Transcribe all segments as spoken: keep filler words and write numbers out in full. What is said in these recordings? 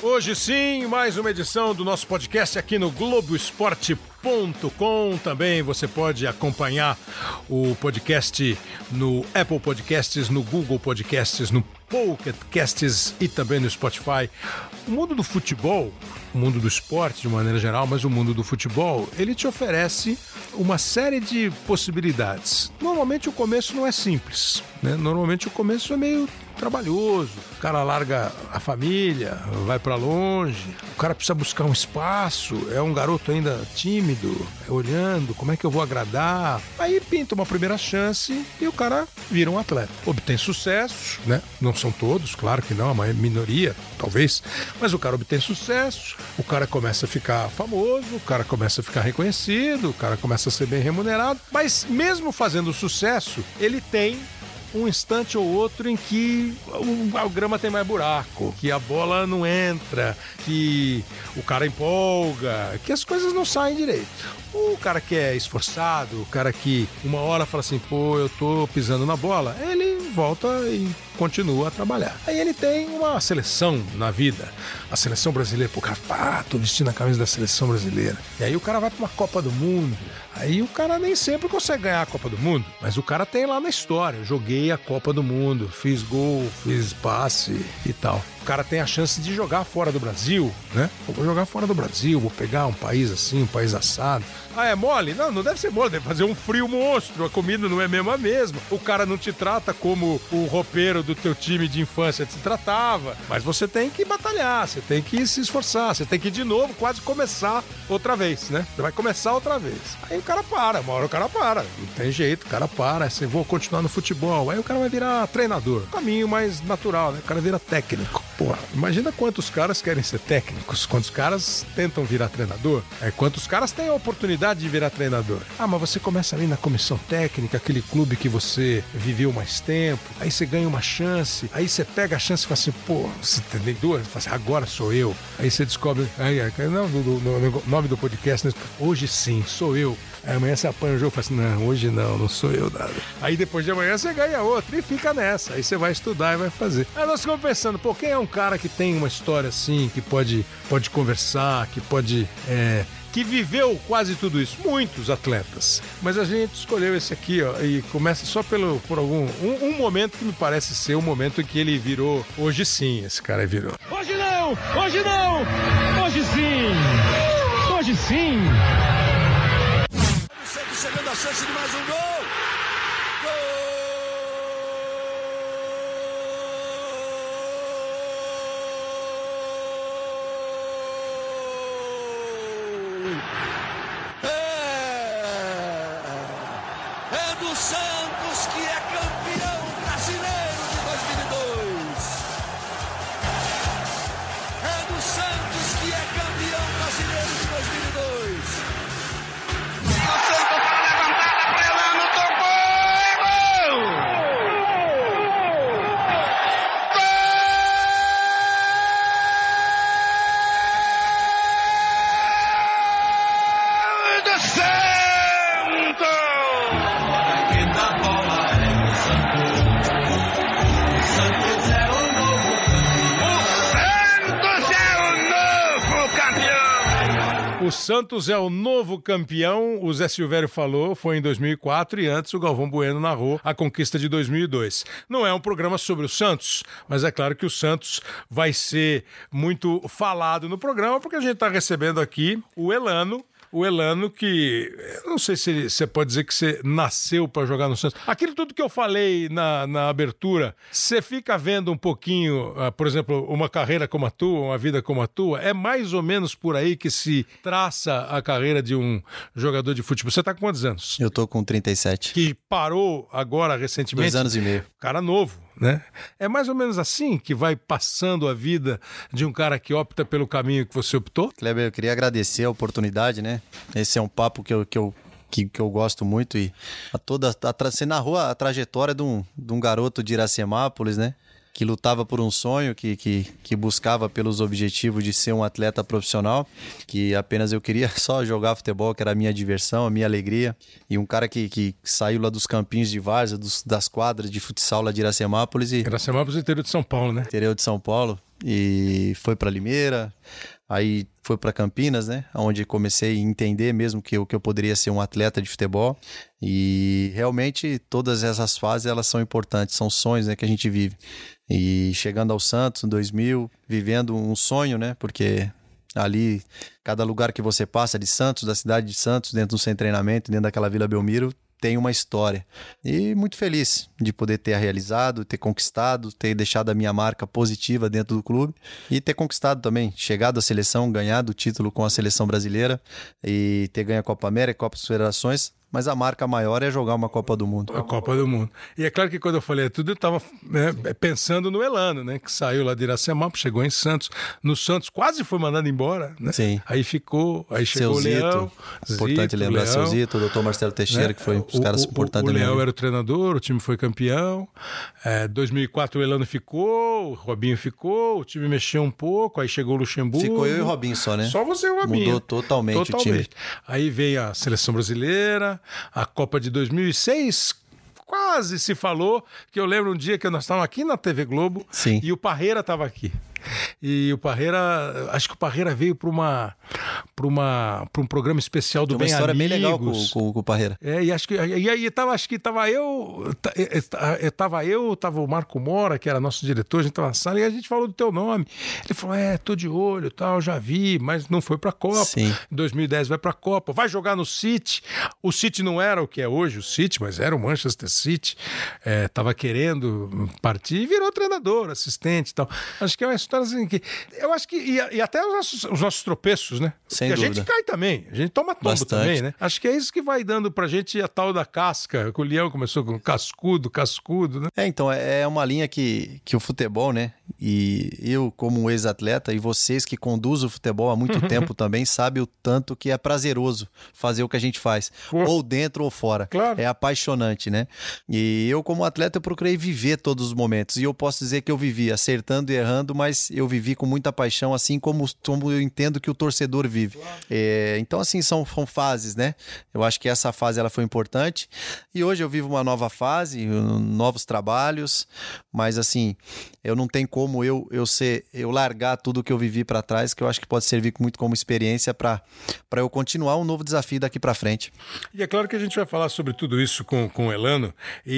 Hoje sim, mais uma edição do nosso podcast aqui no Globo Esporte ponto com. Também você pode acompanhar o podcast no Apple Podcasts, no Google Podcasts, no Pocket Casts e também no Spotify. O mundo do futebol, o mundo do esporte de maneira geral, mas o mundo do futebol, ele te oferece uma série de possibilidades. Normalmente o começo não é simples, né? Normalmente o começo é meio trabalhoso, o cara larga a família, vai pra longe, o cara precisa buscar um espaço, é um garoto ainda tímido, olhando, como é que eu vou agradar? Aí pinta uma primeira chance e o cara vira um atleta. Obtém sucesso, né? Não são todos, claro que não, é uma minoria, talvez, mas o cara obtém sucesso, o cara começa a ficar famoso, o cara começa a ficar reconhecido, o cara começa a ser bem remunerado, mas mesmo fazendo sucesso, ele tem um instante ou outro em que o, a grama tem mais buraco, que a bola não entra, que o cara empolga, que as coisas não saem direito. O cara que é esforçado, o cara que uma hora fala assim, pô, eu tô pisando na bola, ele volta e continua a trabalhar. Aí ele tem uma seleção na vida, a seleção brasileira, pô, cara, pá, tô vestindo a camisa da seleção brasileira. E aí o cara vai pra uma Copa do Mundo, aí o cara nem sempre consegue ganhar a Copa do Mundo, mas o cara tem lá na história, eu joguei a Copa do Mundo, fiz gol, fiz passe e tal. O cara tem a chance de jogar fora do Brasil, né? Eu vou jogar fora do Brasil, vou pegar um país assim, um país assado. Ah, é mole? Não, não deve ser mole, deve fazer um frio monstro, a comida não é mesmo a mesma. O cara não te trata como o roupeiro do teu time de infância te tratava, mas você tem que batalhar, você tem que se esforçar, você tem que de novo quase começar outra vez, né? Você vai começar outra vez. Aí o cara para, uma hora o cara para, não tem jeito, o cara para, assim, vou continuar no futebol, aí o cara vai virar treinador, caminho mais natural, né? O cara vira técnico. Porra, imagina quantos caras querem ser técnicos, quantos caras tentam virar treinador, é, quantos caras têm a oportunidade de virar treinador. Ah, mas você começa ali na comissão técnica, aquele clube que você viveu mais tempo, aí você ganha uma chance, aí você pega a chance e fala assim, pô, você tem duas, fala assim, agora sou eu. Aí você descobre, aí, aí, não, do, do, do nome do podcast, né? Hoje sim, sou eu. Aí amanhã você apanha o jogo e fala assim, não, hoje não, não sou eu nada. Aí depois de amanhã você ganha outro e fica nessa. Aí você vai estudar e vai fazer. Aí nós ficamos pensando, pô, quem é um cara que tem uma história assim, que pode, pode conversar, que pode... É, que viveu quase tudo isso, muitos atletas. Mas a gente escolheu esse aqui, ó, e começa só pelo, por algum... Um, um momento que me parece ser o momento em que ele virou... Hoje sim, esse cara virou. Hoje não! Hoje não! Hoje sim! Hoje sim! Chegando a chance de mais um gol! Gol! É, é do Santos, que é campeão brasileiro de dois mil e dois. É do Santos, que é campeão brasileiro de dois mil e dois. O Santos é o novo campeão, o Zé Silvério falou, foi em dois mil e quatro e antes o Galvão Bueno narrou a conquista de dois mil e dois. Não é um programa sobre o Santos, mas é claro que o Santos vai ser muito falado no programa porque a gente está recebendo aqui o Elano, o Elano que, eu não sei se você pode dizer que você nasceu para jogar no Santos. Aquilo tudo que eu falei na, na abertura, você fica vendo um pouquinho, uh, por exemplo, uma carreira como a tua, uma vida como a tua, é mais ou menos por aí que se traça a carreira de um jogador de futebol. Você tá com quantos anos? Eu tô com trinta e sete. Que parou agora recentemente? Dois anos e meio. Cara novo, né? É mais ou menos assim que vai passando a vida de um cara que opta pelo caminho que você optou? Kleber, eu queria agradecer a oportunidade, né? Esse é um papo que eu, que eu, que, que eu gosto muito e a toda, a, você narrou a trajetória de um, de um garoto de Iracemápolis, né? que lutava por um sonho, que, que, que buscava pelos objetivos de ser um atleta profissional, que apenas eu queria só jogar futebol, que era a minha diversão, a minha alegria. E um cara que, que saiu lá dos campinhos de várzea, dos, das quadras de futsal lá de Iracemápolis. E... Iracemápolis é interior de São Paulo, né? Interior de São Paulo. E foi para Limeira, aí foi para Campinas, né? Onde comecei a entender mesmo que eu, que eu poderia ser um atleta de futebol. E realmente todas essas fases elas são importantes, são sonhos, né, que a gente vive. E chegando ao Santos em dois mil, vivendo um sonho, né? Porque ali, cada lugar que você passa de Santos, da cidade de Santos, dentro do seu treinamento, dentro daquela Vila Belmiro, tem uma história. E muito feliz de poder ter realizado, ter conquistado, ter deixado a minha marca positiva dentro do clube e ter conquistado também, chegado à seleção, ganhado o título com a seleção brasileira e ter ganho a Copa América, Copa das Federações. Mas a marca maior é jogar uma Copa do Mundo. A Copa do Mundo. E é claro que quando eu falei tudo, eu estava né, pensando no Elano, né? Que saiu lá de Iracemápolis, chegou em Santos. No Santos quase foi mandado embora, né? Sim. Aí ficou, aí chegou o Leão. Importante Zito, lembrar Leão, seu Zito, o doutor Marcelo Teixeira, né? Que foi um dos caras importantes. O, o, o Leão era o treinador, o time foi campeão. É, dois mil e quatro o Elano ficou, o Robinho ficou, o time mexeu um pouco, aí chegou o Luxemburgo. Ficou eu e o Robinho só, né? Só você e o Robinho. Mudou totalmente, totalmente o time. Aí veio a seleção brasileira, a Copa de dois mil e seis, quase se falou, que eu lembro um dia que nós estávamos aqui na T V Globo. Sim. E o Parreira estava aqui. E o Parreira, acho que o Parreira veio para uma, para uma, para um programa especial do Bem Amigos. Uma história bem legal com, com, com o Parreira. É, e acho que e aí tava, acho que tava eu, tava eu, tava o Marco Mora, que era nosso diretor, a gente tava na sala e a gente falou do teu nome. Ele falou: "É, tô de olho, tal, já vi, mas não foi para a Copa. Sim. Em dois mil e dez vai para a Copa, vai jogar no City". O City não era o que é hoje o City, mas era o Manchester City. É, tava querendo partir e virou treinador, assistente, e tal. Acho que é uma história assim que eu acho que e, e até os nossos, os nossos tropeços, né? Sem Porque dúvida. A gente cai também, a gente toma tombo Bastante. também, né? Acho que é isso que vai dando pra gente a tal da casca, que o Leão começou com cascudo, cascudo, né? É, então, é uma linha que, que o futebol, né? E eu, como um ex-atleta, e vocês que conduzem o futebol há muito tempo também, sabem o tanto que é prazeroso fazer o que a gente faz, Pô. ou dentro ou fora. Claro. É apaixonante, né? E eu, como atleta, eu procurei viver todos os momentos. E eu posso dizer que eu vivi acertando e errando, mas eu vivi com muita paixão, assim como, como eu entendo que o torcedor vive. Claro. É, então, assim, são, são fases, né? Eu acho que essa fase ela foi importante. E hoje eu vivo uma nova fase, novos trabalhos, mas assim, eu não tenho como eu, eu ser, eu largar tudo que eu vivi para trás, que eu acho que pode servir muito como experiência para para eu continuar um novo desafio daqui para frente. E é claro que a gente vai falar sobre tudo isso com, com o Elano,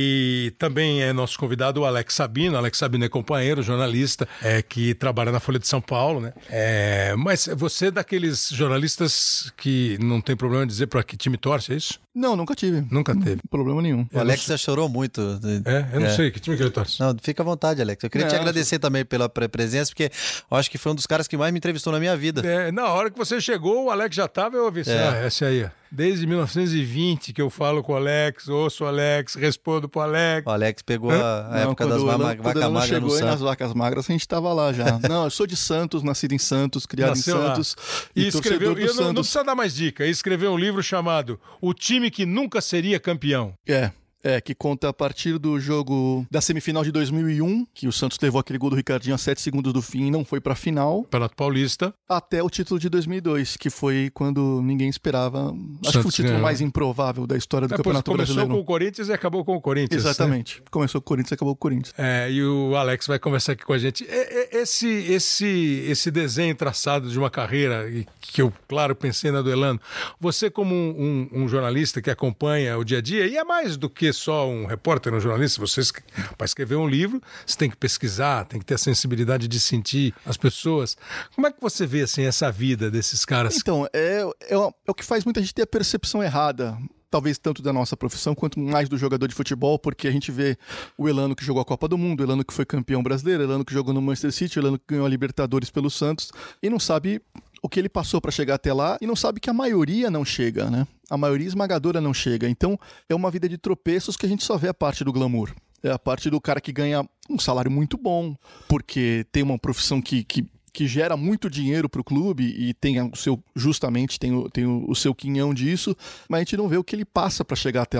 e também é nosso convidado o Alex Sabino. Alex Sabino é companheiro, jornalista, é, que trabalha na Folha de São Paulo, né? É, mas você é daqueles jornalistas que não tem problema de dizer para que time torce, é isso? Não, nunca tive. Nunca teve. Problema nenhum. O Alex já chorou muito. É, eu não é. sei que time que ele torce. Não, fica à vontade, Alex. Eu queria não, te agradecer eu... também pela presença, porque eu acho que foi um dos caras que mais me entrevistou na minha vida. É, na hora que você chegou, o Alex já estava, eu ouvi assim, é. ah, essa aí. Desde mil novecentos e vinte que eu falo com o Alex, ouço o Alex, respondo pro Alex. O Alex pegou a, a época das vacas magras no Santos. Quando chegou aí nas vacas magras, a gente tava lá já. Não, eu sou de Santos, nascido em Santos, criado Nasceu em Santos. Lá. E, e escreveu, e eu não, não precisa dar mais dica, ele escreveu um livro chamado O Time que Nunca Seria Campeão. É. É, que conta a partir do jogo da semifinal de dois mil e um, que o Santos levou aquele gol do Ricardinho a sete segundos do fim e não foi pra final. Campeonato Paulista. Até o título de dois mil e dois, que foi quando ninguém esperava. Acho Santos que foi o título ganhou. mais improvável da história do é, Campeonato começou Brasileiro. Começou com o Corinthians e acabou com o Corinthians. Exatamente. Né? Começou com o Corinthians e acabou com o Corinthians. É, e o Alex vai conversar aqui com a gente. Esse, esse, esse desenho traçado de uma carreira, que eu, claro, pensei na do Elano, você como um, um, um jornalista que acompanha o dia a dia, e é mais do que só um repórter, um jornalista, você para escrever um livro, você tem que pesquisar, tem que ter a sensibilidade de sentir as pessoas. Como é que você vê assim, essa vida desses caras? Então, é, é, é o que faz muita gente ter a percepção errada. Talvez tanto da nossa profissão, quanto mais do jogador de futebol, porque a gente vê o Elano que jogou a Copa do Mundo, o Elano que foi campeão brasileiro, o Elano que jogou no Manchester City, o Elano que ganhou a Libertadores pelo Santos, e não sabe o que ele passou para chegar até lá, e não sabe que a maioria não chega, né? A maioria esmagadora não chega. Então, é uma vida de tropeços que a gente só vê a parte do glamour. É a parte do cara que ganha um salário muito bom, porque tem uma profissão que... que que gera muito dinheiro para o clube e tem o seu, justamente tem o, tem o, o seu quinhão disso, mas a gente não vê o que ele passa para chegar até lá.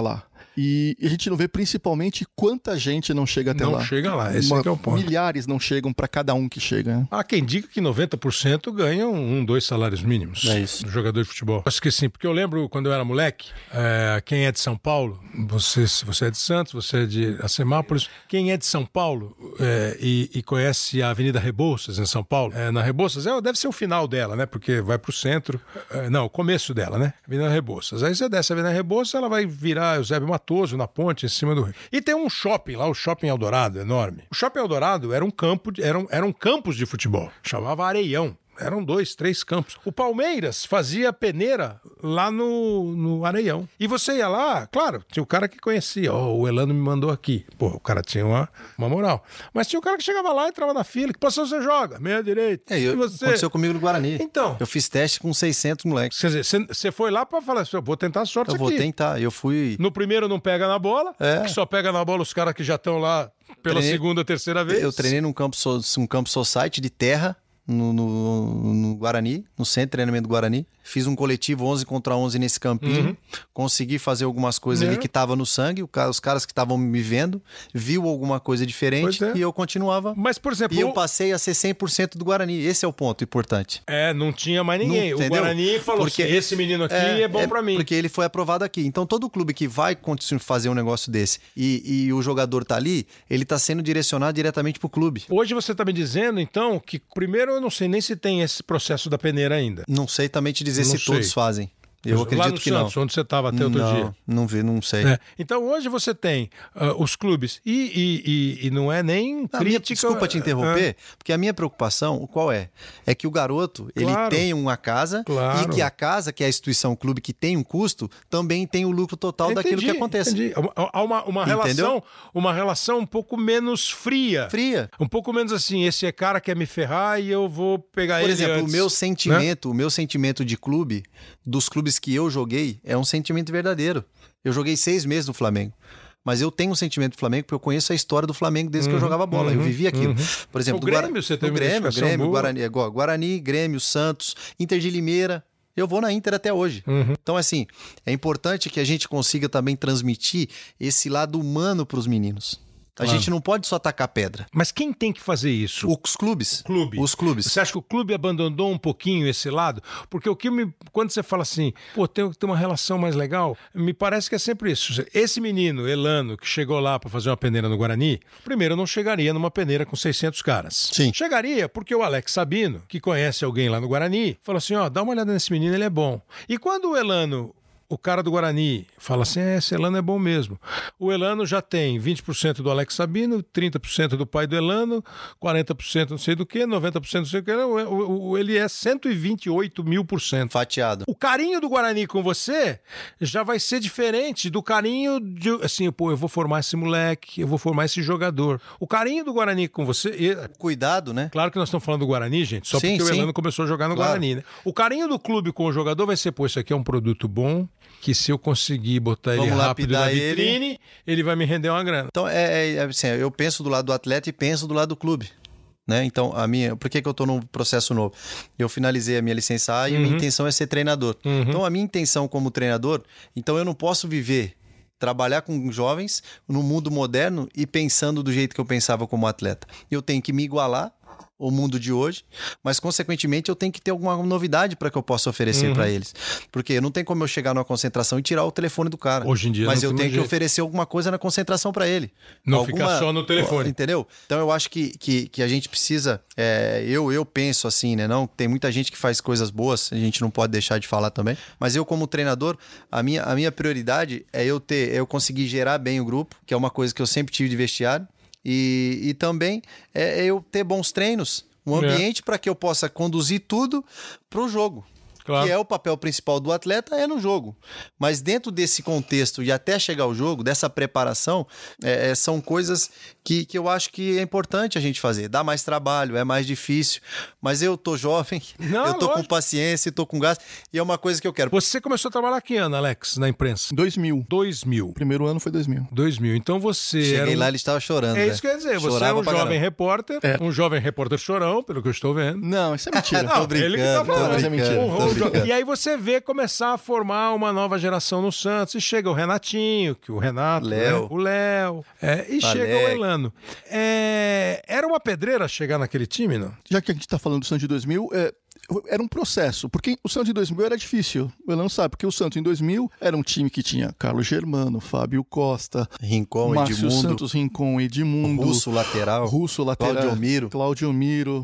E a gente não vê principalmente quanta gente não chega até não lá. Não chega lá, esse Uma, é, que é o ponto. Milhares não chegam para cada um que chega. Né? Há quem diga que noventa por cento ganham um, dois salários mínimos é isso. do jogador de futebol. Acho que sim, porque eu lembro quando eu era moleque, é, quem é de São Paulo, você, se você é de Santos, você é de Acemápolis, quem é de São Paulo é, e, e conhece a Avenida Rebouças em São Paulo, é, na Rebouças, é, deve ser o final dela, né? Porque vai pro centro, é, não, o começo dela, né? Avenida Rebouças. Aí você desce a Avenida Rebouças, ela vai virar Eusébio Matoso na ponte, em cima do rio. E tem um shopping lá, o Shopping Eldorado, enorme. O Shopping Eldorado era um campo, de, era, um, era um campus de futebol, chamava Areião. Eram dois, três campos. O Palmeiras fazia peneira lá no, no Areião. E você ia lá, claro, tinha o cara que conhecia. Oh, o Elano me mandou aqui. Pô, o cara tinha uma, uma moral. Mas tinha o cara que chegava lá, entrava na fila. Que posição você joga? Meia direita. É, eu, e você? Aconteceu comigo no Guarani. Então. Eu fiz teste com seiscentos moleques. Quer dizer, você foi lá pra falar assim, eu vou tentar a sorte eu aqui. Eu vou tentar. Eu fui... No primeiro não pega na bola, é. que só pega na bola os caras que já estão lá pela treinei, segunda, terceira vez. Eu treinei num campo, um campo society de terra, No, no, no Guarani, no centro de treinamento do Guarani. Fiz um coletivo onze contra onze nesse campinho. Uhum. Consegui fazer algumas coisas uhum. ali que estavam no sangue. Os caras que estavam me vendo viu alguma coisa diferente é. e eu continuava. Mas, por exemplo... E eu passei a ser cem por cento do Guarani. Esse é o ponto importante. É, não tinha mais ninguém. Não, o Guarani falou porque assim, esse menino aqui é, é bom é pra mim. Porque ele foi aprovado aqui. Então, todo clube que vai fazer um negócio desse e, e o jogador tá ali, ele tá sendo direcionado diretamente pro clube. Hoje você tá me dizendo, então, que primeiro eu não sei nem se tem esse processo da peneira ainda. Não sei também te dizer não se sei. todos fazem. Eu Lá acredito no que Santos, não. onde você estava até outro não, dia. Não vi, não sei. É. Então hoje você tem uh, os clubes e, e, e, e não é nem a crítica... Minha, desculpa te interromper, é. porque a minha preocupação, qual é? É que o garoto, claro. ele tem uma casa claro. e que a casa, que é a instituição, o clube que tem um custo, também tem o lucro total entendi, daquilo que acontece. Entendi. Há uma, uma, relação, uma relação um pouco menos fria. Fria. Um pouco menos assim, esse é cara quer me ferrar e eu vou pegar Por ele Por exemplo, antes, o meu sentimento, né? o meu sentimento de clube, dos clubes que eu joguei, é um sentimento verdadeiro. Eu joguei seis meses no Flamengo. Mas eu tenho um sentimento do Flamengo porque eu conheço a história do Flamengo desde uhum, que eu jogava bola. Uhum, eu vivi aquilo. Uhum. Por exemplo, o Grêmio, Guara... você tem uma Grêmio, Grêmio, Guarani, Guarani, Grêmio, Santos, Inter de Limeira. Eu vou na Inter até hoje. Uhum. Então, assim, é importante que a gente consiga também transmitir esse lado humano para os meninos. A claro. gente não pode só tacar pedra. Mas quem tem que fazer isso? Os clubes. Clube. Os clubes. Você acha que o clube abandonou um pouquinho esse lado? Porque o que me... Quando você fala assim, pô, tem que ter uma relação mais legal, me parece que é sempre isso. Esse menino, Elano, que chegou lá para fazer uma peneira no Guarani, primeiro não chegaria numa peneira com seiscentos caras. Sim. Chegaria porque o Alex Sabino, que conhece alguém lá no Guarani, falou assim, ó, dá uma olhada nesse menino, ele é bom. E quando o Elano... O cara do Guarani fala assim, é, esse Elano é bom mesmo. O Elano já tem vinte por cento do Alex Sabino, trinta por cento do pai do Elano, quarenta por cento não sei do que, noventa por cento não sei do que, o, o, ele é cento e vinte e oito mil por cento. Fatiado. O carinho do Guarani com você já vai ser diferente do carinho de, assim, pô, eu vou formar esse moleque, eu vou formar esse jogador. O carinho do Guarani com você... E, cuidado, né? Claro que nós estamos falando do Guarani, gente, só sim, porque sim. o Elano começou a jogar no claro. Guarani, né? O carinho do clube com o jogador vai ser, pô, isso aqui é um produto bom, que se eu conseguir botar Vamos ele rápido na vitrine, ele... ele vai me render uma grana. Então, é, é assim, eu penso do lado do atleta e penso do lado do clube. Né? Então, a minha, por que, que eu estou num processo novo? Eu finalizei a minha licença A e uhum. a minha intenção é ser treinador. Uhum. Então, a minha intenção como treinador, então eu não posso viver, trabalhar com jovens no mundo moderno e pensando do jeito que eu pensava como atleta. Eu tenho que me igualar o mundo de hoje, mas consequentemente eu tenho que ter alguma novidade para que eu possa oferecer uhum. para eles, porque não tem como eu chegar numa concentração e tirar o telefone do cara. Hoje em dia mas não eu tenho que jeito. oferecer alguma coisa na concentração para ele. Não alguma... ficar só no telefone. Entendeu? Então eu acho que, que, que a gente precisa, é, eu, eu penso assim, né? Não, tem muita gente que faz coisas boas, a gente não pode deixar de falar também, mas eu como treinador, a minha, a minha prioridade é eu ter, eu conseguir gerar bem o grupo, que é uma coisa que eu sempre tive de vestiário, e, e também é eu ter bons treinos, um ambiente é. para que eu possa conduzir tudo para o jogo. Claro. Que é o papel principal do atleta, é no jogo. Mas dentro desse contexto e até chegar ao jogo, dessa preparação, é, são coisas que, que eu acho que é importante a gente fazer. Dá mais trabalho, é mais difícil. Mas eu tô jovem, Não, eu tô lógico. com paciência, tô com gás, e é uma coisa que eu quero. Você começou a trabalhar que ano, Alex, na imprensa? dois mil. dois mil. Primeiro ano foi dois mil. dois mil. Então você Cheguei era um... lá, ele estava chorando. É né? isso que eu ia dizer. Você Chorava é um jovem caramba. repórter, é. um jovem repórter chorão, pelo que eu estou vendo. Não, isso é mentira. Não, tô brincando, ele que tá falando. Mas é mentira. Um joga. E aí você vê começar a formar uma nova geração no Santos. E chega o Renatinho, que o Renato, Léo. Né? o Léo, é, e Alex. chega o Elano. É, era uma pedreira chegar naquele time, não? Já que a gente tá falando do Santos de dois mil, é, era um processo, porque o Santos de dois mil era difícil. O Elano sabe, porque o Santos em dois mil era um time que tinha Carlos Germano, Fábio Costa, Rincon, Márcio Edmundo, Santos, Rincon, Edmundo, Russo lateral, Russo lateral, Claudio Miro, Claudio Miro,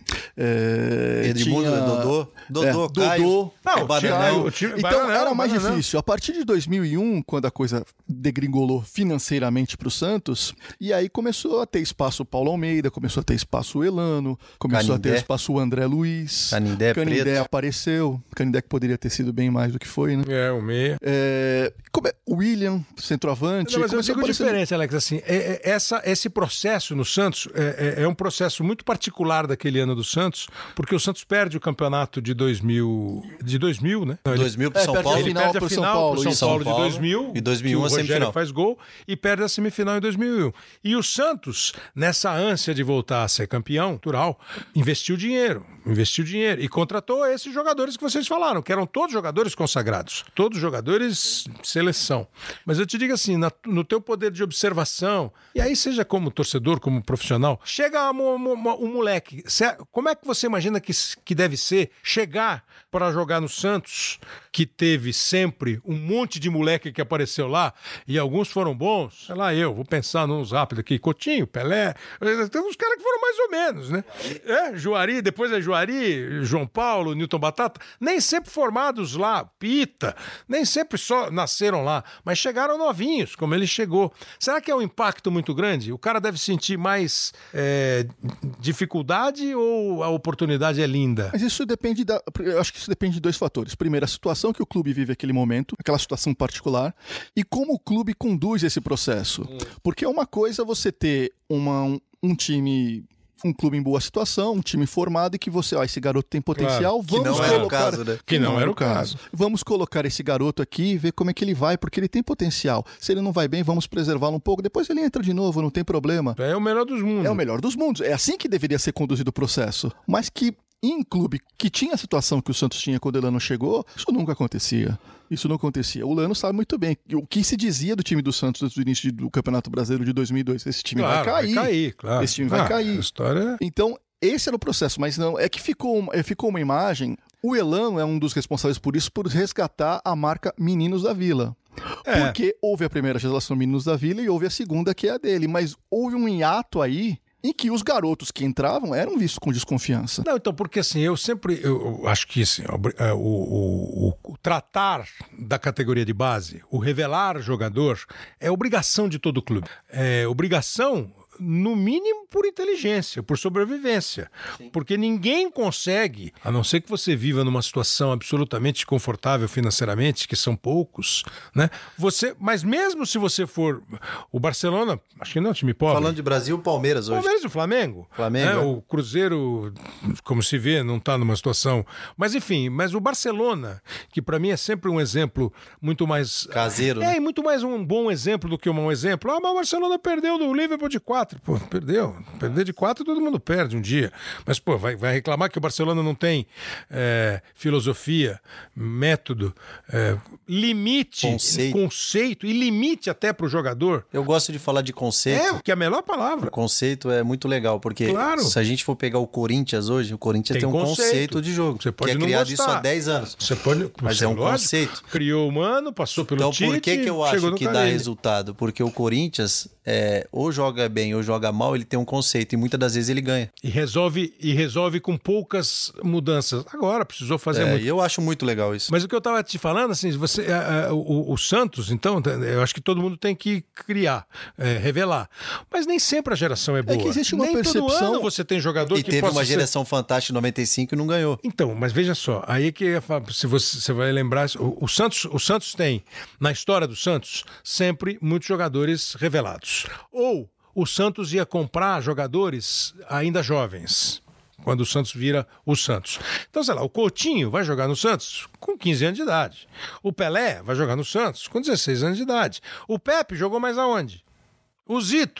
é, Edmundo, tinha, Dodô, Dodô, é, Caio, Dodô. Não, o Bananel. Caio, o time- Então Bananel, era mais Bananel. difícil. A partir de dois mil e um, quando a coisa degringolou financeiramente para o Santos, e aí começou a ter espaço o Paulo Almeida, começou a ter espaço o Elano, começou Canindé. a ter espaço o André Luiz. Canindé Canindé preto. apareceu. Canindé que poderia ter sido bem mais do que foi, né? É, o meia. É, como é- o William, centroavante. Não, mas eu começou a digo aparecer- diferente, Alex, assim, é- é- essa, esse processo no Santos é, é- é um processo muito particular daquele ano do Santos, porque o Santos perde o campeonato de dois mil, de dois mil, né? Não, ele- dois mil pro É, São perde a Paulo. Ele final perde a pro São final Paulo, pro São isso. Paulo de São Paulo. dois mil. E dois mil e um que a o Rogério semifinal. faz gol e perde a semifinal em dois mil e um. E o Santos, nessa ânsia de voltar a ser campeão, natural, investiu dinheiro, investiu dinheiro e contratou esses jogadores que vocês falaram, que eram todos jogadores consagrados, todos jogadores seleção. Mas eu te digo assim, na- no teu poder de observação, e aí seja como torcedor, como profissional, chega um moleque, cê- como é que você imagina que, s- que deve ser chegar para jogar no Santos, que teve sempre um monte de moleque que apareceu lá, e alguns foram bons, sei lá, eu, vou pensar nos rápidos aqui, Coutinho, Pelé, tem uns caras que foram mais ou menos, né? É, Juari, depois é Juari, João Paulo, Newton Batata, nem sempre formados lá, Pita, nem sempre só nasceram lá, mas chegaram novinhos, como ele chegou. Será que é um impacto muito grande? O cara deve sentir mais é, dificuldade ou a oportunidade é linda? Mas isso depende da. Eu acho que isso depende de dois fatores. Primeiro, a situação que o clube vive naquele momento, aquela situação particular, e como o clube conduz esse processo. Hum. Porque é uma coisa você ter uma, um, um time. Um clube em boa situação, um time formado e que você, ó, esse garoto tem potencial, Que vamos não era o colocar... caso, né? Que não era o caso. Vamos colocar esse garoto aqui e ver como é que ele vai, porque ele tem potencial. Se ele não vai bem, vamos preservá-lo um pouco, depois ele entra de novo, não tem problema. É o melhor dos mundos. É o melhor dos mundos. É assim que deveria ser conduzido o processo. Mas que em clube que tinha a situação que o Santos tinha quando o Elano chegou, isso nunca acontecia. Isso não acontecia. O Lano sabe muito bem o que se dizia do time do Santos antes do início do Campeonato Brasileiro de dois mil e dois. Esse time Claro, vai cair. vai cair, claro. Esse time vai Ah, cair. A história... Então, esse era o processo, mas não, é que ficou, uma- ficou uma imagem. O Elano é um dos responsáveis por isso, por resgatar a marca Meninos da Vila. É. Porque houve a primeira geração Meninos da Vila e houve a segunda, que é a dele. Mas houve um hiato aí em que os garotos que entravam eram vistos com desconfiança. Não, então, porque assim, eu sempre eu, eu acho que assim, o, o, o, o tratar da categoria de base, o revelar jogador, é obrigação de todo clube. É obrigação, no mínimo, por inteligência, por sobrevivência. Sim. Porque ninguém consegue, a não ser que você viva numa situação absolutamente confortável financeiramente, que são poucos, né? Você, mas mesmo se você for o Barcelona, acho que não é um time pobre. Falando de Brasil, Palmeiras hoje. Palmeiras e o Flamengo. Flamengo. Né? É. O Cruzeiro, como se vê, não está numa situação... Mas enfim, mas o Barcelona, que para mim é sempre um exemplo muito mais... Caseiro, É, né? e muito mais um bom exemplo do que um mau exemplo. Ah, mas o Barcelona perdeu do Liverpool de quatro. Pô, perdeu. Perder de quatro todo mundo perde um dia. Mas, pô, vai, vai reclamar que o Barcelona não tem é, filosofia, método, é, limite, Conceito. conceito e limite até para o jogador. Eu gosto de falar de conceito. É, que é a melhor palavra. O conceito é muito legal, porque Claro. se a gente for pegar o Corinthians hoje, o Corinthians Tem tem, um conceito. conceito, de jogo, Você pode que é não criado gostar. isso há dez anos. Você pode, Mas você, é um lógico, conceito. Criou o Mano, passou pelo Então Tite, por que que eu chegou acho no que dá Carille. resultado? Porque o Corinthians, é, ou joga bem ou joga mal, ele tem um conceito e muitas das vezes ele ganha. E resolve, e resolve com poucas mudanças. Agora, precisou fazer É, muito. e eu acho muito legal isso. Mas o que eu estava te falando, assim, você, é, é, o, o Santos, então, eu acho que todo mundo tem que criar, é, revelar. Mas nem sempre a geração é boa. que existe uma nem todo percepção- ano você tem jogador E que teve possa uma ser- geração fantástica em noventa e cinco e não ganhou. Então, mas veja só, aí que eu ia falar, se você, você vai lembrar, o, o Santos, o Santos tem, na história do Santos, sempre muitos jogadores revelados. Ou o Santos ia comprar jogadores ainda jovens, quando o Santos vira o Santos. Então, sei lá, o Coutinho vai jogar no Santos com quinze anos de idade. O Pelé vai jogar no Santos com dezesseis anos de idade. O Pepe jogou mais aonde? O Zito,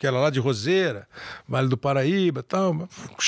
que era lá de Roseira, Vale do Paraíba e tal.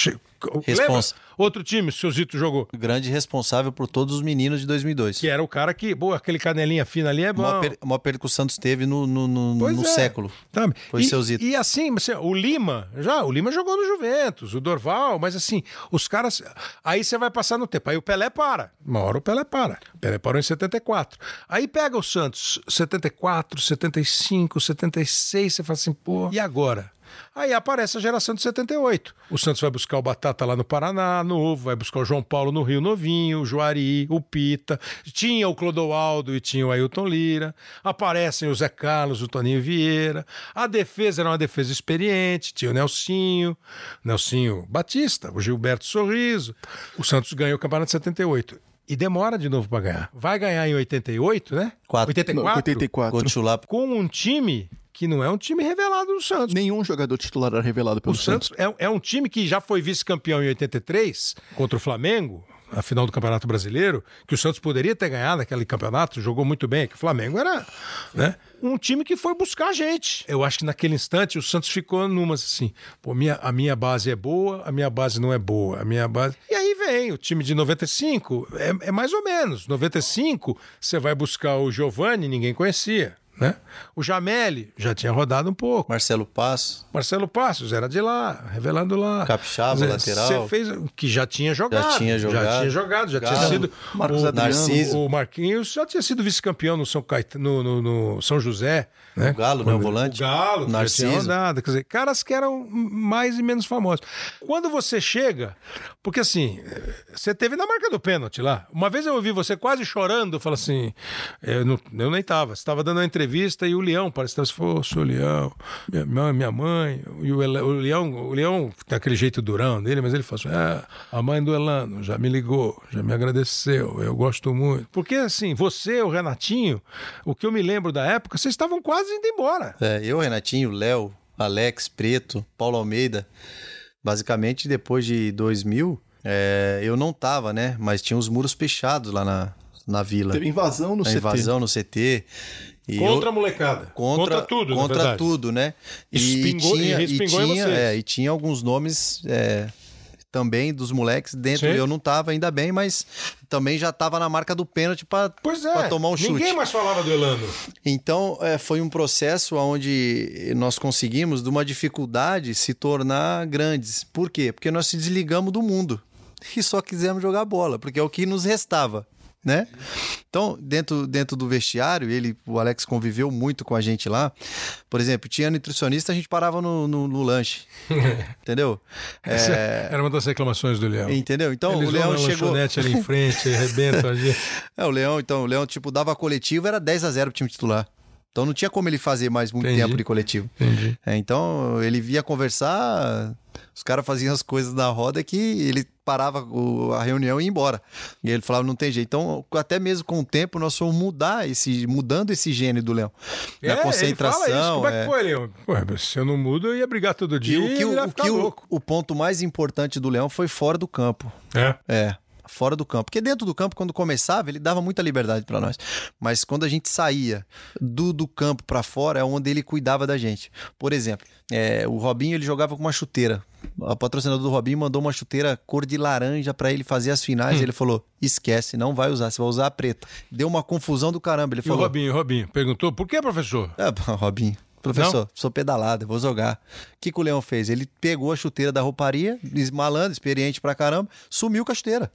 Responsa. Lembra? Outro time, o seu Zito jogou. Grande responsável por todos os meninos de dois mil e dois. Que era o cara que, boa, aquele canelinha fina ali é bom. A maior, per, a maior perda que o Santos teve no, no, no, no é. século. Tá. Foi e, o seu Zito. E assim, o Lima, já, o Lima jogou no Juventus, o Dorval, mas assim, os caras. Aí você vai passar no tempo. Aí o Pelé para. Uma hora o Pelé para. O Pelé parou em setenta e quatro. Aí pega o Santos, setenta e quatro, setenta e cinco, setenta e seis, você fala assim, pô, e agora? Aí aparece a geração de setenta e oito. O Santos vai buscar o Batata lá no Paraná, novo, vai buscar o João Paulo no Rio Novinho, o Juari, o Pita. Tinha o Clodoaldo e tinha o Ailton Lira. Aparecem o Zé Carlos, o Toninho Vieira. A defesa era uma defesa experiente, tinha o Nelsinho, Nelsinho Batista, o Gilberto Sorriso. O Santos ganhou o Campeonato de setenta e oito. E demora de novo para ganhar. Vai ganhar em oitenta e oito, né? Quatro. oitenta e quatro? Não, oitenta e quatro. Com um time que não é um time revelado do Santos. Nenhum jogador titular era revelado pelo o Santos. O Santos é, é um time que já foi vice-campeão em oitenta e três contra o Flamengo, a final do Campeonato Brasileiro, que o Santos poderia ter ganhado aquele campeonato, jogou muito bem, que o Flamengo era, né, um time que foi buscar a gente. Eu acho que naquele instante o Santos ficou numas assim, pô, minha, a minha base é boa, a minha base não é boa, a minha base... E aí vem o time de noventa e cinco, é, é mais ou menos. noventa e cinco, você vai buscar o Giovani, ninguém conhecia. Né? O Jameli já tinha rodado um pouco. Marcelo Passos. Marcelo Passos era de lá, revelando lá. Capixaba, dizer, lateral. Você fez que já tinha jogado. Já tinha jogado. Já tinha jogado, já Galo, tinha sido. Marcos o, Adriano, o Marquinhos já tinha sido vice-campeão no São Caetano, no, no, no São José. Né? O Galo, Quando, né? O volante. O Galo, Narciso. já tinha rodado. Quer dizer, caras que eram mais e menos famosos. Quando você chega, porque assim, você teve na marca do pênalti lá. Uma vez eu ouvi você quase chorando, fala assim, eu, não, eu nem tava, você estava dando uma entrevista e o Leão parece que você falou, sou o Leão, minha, minha mãe, e o, o Leão, o Leão tem aquele jeito durão dele, mas ele falou assim, ah, a mãe do Elano já me ligou, já me agradeceu, eu gosto muito. Porque assim, você, o Renatinho, o que eu me lembro da época, vocês estavam quase indo embora. É, eu, Renatinho, Léo, Alex, Preto, Paulo Almeida, basicamente depois de dois mil, é, eu não tava, né, mas tinha os muros fechados lá na, na vila. Teve invasão no a C T. Invasão no C T. E contra eu, a molecada. Contra, contra tudo, Contra na verdade. tudo, né? E Espingou, tinha, e, e, tinha, é, e tinha alguns nomes é, também dos moleques dentro. Sim. Eu não tava ainda bem, mas também já tava na marca do pênalti para é, tomar um chute. Ninguém mais falava do Elano. Então, é, foi um processo onde nós conseguimos, de uma dificuldade, se tornar grandes. Por quê? Porque nós se desligamos do mundo e só quisemos jogar bola, porque é o que nos restava. Né? Então, dentro, dentro do vestiário, ele, o Alex conviveu muito com a gente lá. Por exemplo, tinha nutricionista, a gente parava no, no, no lanche. Entendeu? É... Era uma das reclamações do Leão. Entendeu? Então, eles o Leão vão na chegou... lanchonete ali em frente, arrebenta a gente. É, o Leão, então, o Leão, tipo, dava coletivo, era dez a zero pro time titular. Então, não tinha como ele fazer mais muito Entendi. tempo de coletivo. Entendi. É, então, ele via conversar... Os caras faziam as coisas na roda que ele parava a reunião e ia embora. E ele falava, não tem jeito. Então, até mesmo com o tempo, nós fomos mudar esse, mudando esse gênio do Leão. É, na concentração. Ele fala isso. Como é, é que foi, Leão? Pô, se eu não mudo, eu ia brigar todo dia e o que, e o, que o, o ponto mais importante do Leão foi fora do campo. É? É. Fora do campo. Porque dentro do campo, quando começava, ele dava muita liberdade para nós. Mas quando a gente saía do, do campo para fora, é onde ele cuidava da gente. Por exemplo, é, o Robinho, ele jogava com uma chuteira. A patrocinadora do Robinho mandou uma chuteira cor de laranja para ele fazer as finais. Hum. E ele falou, esquece, não vai usar, você vai usar a preta. Deu uma confusão do caramba. Ele e falou, o Robinho, Robinho, perguntou, por que, professor? É, Robinho. Professor, não? Sou pedalado, vou jogar. O que, que o Leão fez? Ele pegou a chuteira da rouparia, malandro, experiente pra caramba, sumiu com a chuteira.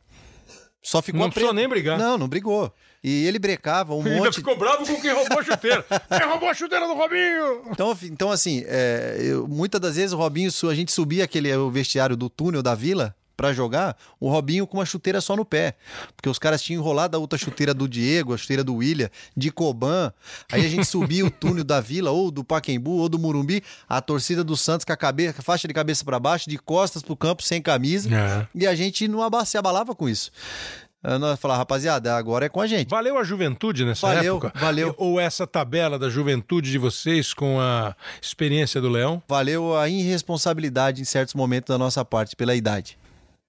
Só ficou não precisou nem brigar. Não, não brigou. E ele brecava um ele monte... ainda ficou bravo com quem roubou a chuteira. Quem roubou a chuteira do Robinho? Então, então assim, é, eu, muitas das vezes o Robinho, a gente subia aquele o vestiário do túnel da vila pra jogar, o Robinho com uma chuteira só no pé. Porque os caras tinham enrolado a outra chuteira do Diego, a chuteira do William, de Coban. Aí a gente subia o túnel da vila, ou do Pacaembu, ou do Morumbi, a torcida do Santos com a, cabeça, com a faixa de cabeça pra baixo, de costas pro campo, sem camisa. É. E a gente não aba- se abalava com isso. Nós falávamos, rapaziada, agora é com a gente. Valeu a juventude nessa valeu, época? Valeu. Ou essa tabela da juventude de vocês com a experiência do Leão? Valeu a irresponsabilidade em certos momentos da nossa parte, pela idade.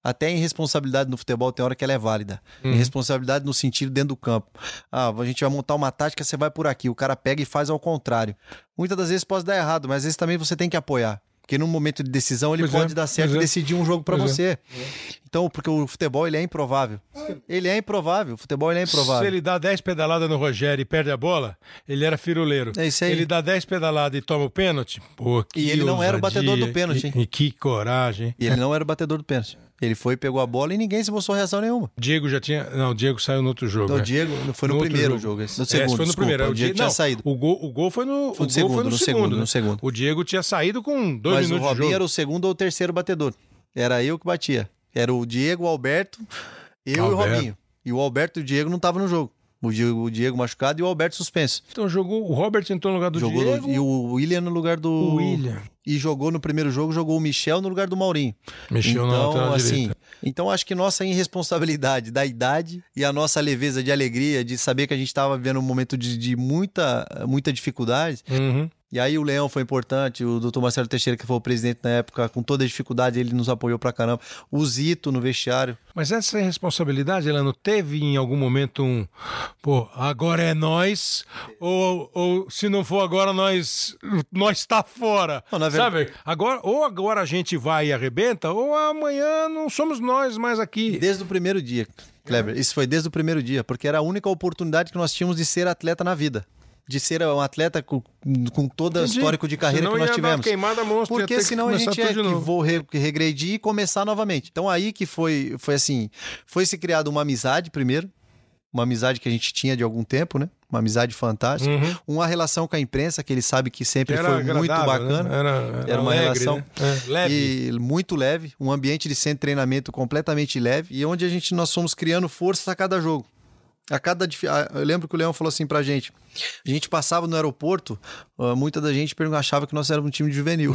Até a irresponsabilidade no futebol tem hora que ela é válida. Uhum. Irresponsabilidade no sentido dentro do campo. Ah, a gente vai montar uma tática, você vai por aqui. O cara pega e faz ao contrário. Muitas das vezes pode dar errado, mas às vezes também você tem que apoiar. Porque num momento de decisão ele pois pode é, dar certo e é. decidir um jogo pra pois você. É. Então, porque o futebol ele é improvável. Ele é improvável, o futebol ele é improvável. Se ele dá dez pedaladas no Rogério e perde a bola, ele era firuleiro. É isso aí. Ele dá dez pedaladas e toma o pênalti, pô, que E ele não ousadia, era o batedor do pênalti. E, e que coragem. E ele não era o batedor do pênalti. Ele foi, pegou a bola e ninguém se mostrou reação nenhuma. Diego já tinha... Não, o Diego saiu no outro jogo. Não, o né? Diego foi no, no primeiro jogo. jogo esse. No segundo, esse foi no desculpa, primeiro. O Diego não, tinha saído. O gol, o gol foi no, foi o no, segundo, foi no, no segundo, segundo. né? No segundo. O Diego tinha saído com dois Mas minutos de jogo. Mas o Robinho era o segundo ou terceiro batedor. Era eu que batia. Era o Diego, o Alberto, eu Alberto. e o Robinho. E o Alberto e o Diego não estavam no jogo. O Diego, o Diego machucado e o Alberto suspenso. Então jogou, o Robert entrou no lugar do jogou Diego. No, e o William no lugar do... O William. E jogou no primeiro jogo, jogou o Michel no lugar do Maurinho. Michel então, na assim, direita. Então acho que nossa irresponsabilidade da idade e a nossa leveza de alegria, de saber que a gente estava vivendo um momento de, de muita, muita dificuldade... Uhum. E aí o Leão foi importante, o doutor Marcelo Teixeira, que foi o presidente na época, com toda a dificuldade, ele nos apoiou pra caramba. O Zito no vestiário. Mas essa responsabilidade, ela não teve em algum momento um... Pô, agora é nós, ou, ou se não for agora, nós nós tá fora. Não, na Sabe? Verdade... Agora, ou agora a gente vai e arrebenta, ou amanhã não somos nós mais aqui. Desde o primeiro dia, Kleber. Isso foi desde o primeiro dia, porque era a única oportunidade que nós tínhamos de ser atleta na vida. De ser um atleta com, com todo o histórico de carreira senão que nós tivemos. Queimada monstro, porque senão a gente ia que vou re, regredir e começar novamente. Então aí que foi, foi assim, foi se criada uma amizade primeiro, uma amizade que a gente tinha de algum tempo, né? Uma amizade fantástica. Uhum. Uma relação com a imprensa, que ele sabe que sempre que foi muito bacana. Né? Era, era, era uma alegre, relação né? é, leve. E muito leve, um ambiente de centro de treinamento completamente leve e onde a gente, nós fomos criando força a cada jogo. A cada, eu lembro que o Leão falou assim pra gente, a gente passava no aeroporto, muita da gente achava que nós éramos um time de juvenil.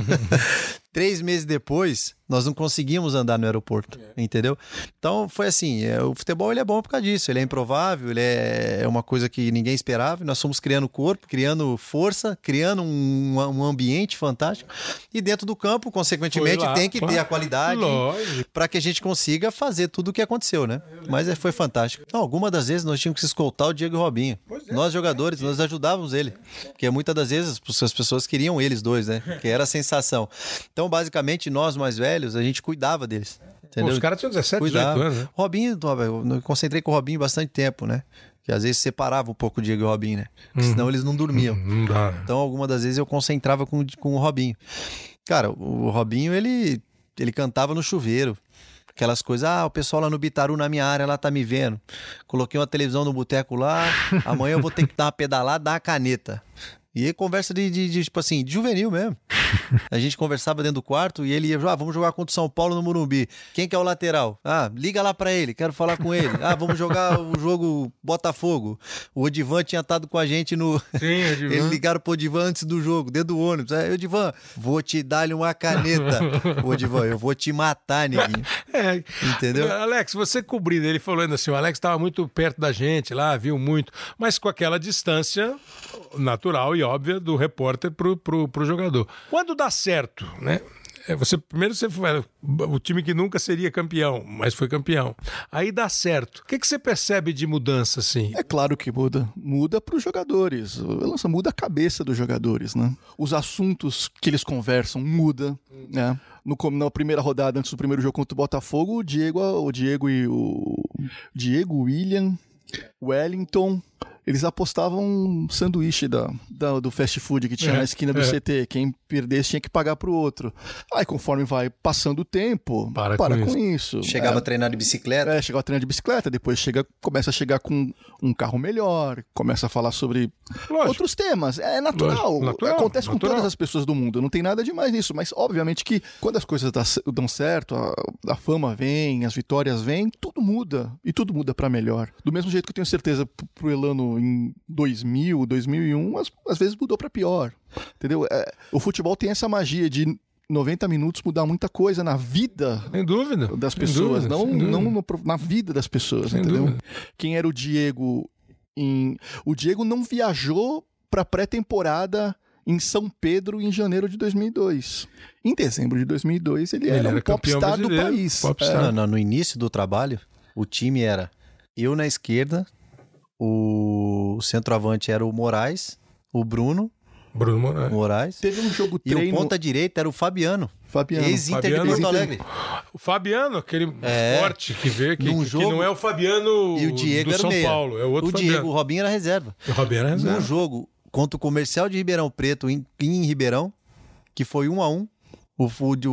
Três meses depois, nós não conseguimos andar no aeroporto, é. entendeu? Então foi assim, é, o futebol ele é bom por causa disso, ele é improvável, ele é, é uma coisa que ninguém esperava, nós fomos criando corpo, criando força, criando um, um ambiente fantástico e dentro do campo, consequentemente, lá, tem que claro. ter a qualidade para que a gente consiga fazer tudo o que aconteceu, né? Mas é, foi fantástico. Não, algumas das vezes nós tínhamos que escoltar o Diego e o Robinho. É. Nós jogadores, nós ajudávamos ele, porque muitas das vezes as pessoas queriam eles dois, né? Que era a sensação. Então, basicamente, nós mais velhos, a gente cuidava deles. Entendeu? Pô, os caras tinham dezessete, dezoito anos, né? Robinho, eu concentrei com o Robinho bastante tempo, né? Que às vezes separava um pouco o Diego e o Robinho, né? Porque senão eles não dormiam. Não dá. Então, algumas das vezes eu concentrava com, com o Robinho. Cara, o Robinho, ele, ele cantava no chuveiro. Aquelas coisas, ah, o pessoal lá no Bitaru, na minha área, lá tá me vendo. Coloquei uma televisão no boteco lá, amanhã eu vou ter que dar uma pedalada, dar uma caneta. E aí, conversa de, de, de, tipo assim, de juvenil mesmo. A gente conversava dentro do quarto e ele ia, ah, vamos jogar contra o São Paulo no Morumbi. Quem que é o lateral? Ah, liga lá pra ele, quero falar com ele. Ah, vamos jogar o jogo Botafogo. O Odivan tinha estado com a gente no... Sim, Odivan. Eles ligaram pro Odivan antes do jogo, dentro do ônibus. É, Odivan, vou te dar-lhe uma caneta. Odivan, eu vou te matar, neguinho. É. Entendeu? Alex, você cobrindo, ele falou ainda assim, o Alex estava muito perto da gente lá, viu muito, mas com aquela distância natural e óbvia do repórter pro, pro, pro jogador. Quando dá certo, né? Você, primeiro você foi o time que nunca seria campeão, mas foi campeão. Aí dá certo. O que, que você percebe de mudança, assim? É claro que muda. Muda para os jogadores. Muda a cabeça dos jogadores, né? Os assuntos que eles conversam muda, né? No, na primeira rodada, antes do primeiro jogo contra o Botafogo, o Diego, o Diego e o... Diego, William, Wellington... Eles apostavam um sanduíche da, da, do fast food que tinha é, na esquina do é. C T. Quem perdesse tinha que pagar pro outro. Aí, conforme vai passando o tempo, para, para com, com isso. isso. Chegava é, a treinar de bicicleta? É, chegava a treinar de bicicleta. Depois chega, começa a chegar com um carro melhor, começa a falar sobre Lógico. outros temas. É natural. natural Acontece natural. com todas as pessoas do mundo. Não tem nada demais nisso. Mas, obviamente, que quando as coisas dão certo, a, a fama vem, as vitórias vêm, tudo muda. E tudo muda para melhor. Do mesmo jeito que eu tenho certeza pro Elano em dois mil, dois mil e um, às, às vezes mudou para pior, entendeu? É, o futebol tem essa magia de noventa minutos mudar muita coisa na vida sem dúvida, das sem pessoas, dúvida, não, não no, na vida das pessoas, sem entendeu? Dúvida. Quem era o Diego em... O Diego não viajou para pré-temporada em São Pedro em janeiro de dois mil e dois. Em dezembro de dois mil e dois, ele, ele era, era um popstar do país. Popstar. É. No, no início do trabalho, o time era eu na esquerda, o centroavante era o Moraes, o Bruno. Bruno Moraes. Moraes. Teve um jogo treino... E o ponta direita era o Fabiano. Fabiano. Ex-Inter de Porto Alegre. O Fabiano, aquele é, forte que vê, que, que, jogo, que não é o Fabiano e o Diego do era São meia. Paulo, é o outro o Fabiano. Diego, o Robinho era reserva. O Robinho era reserva. No jogo contra o Comercial de Ribeirão Preto, em, em Ribeirão, que foi um a um, o,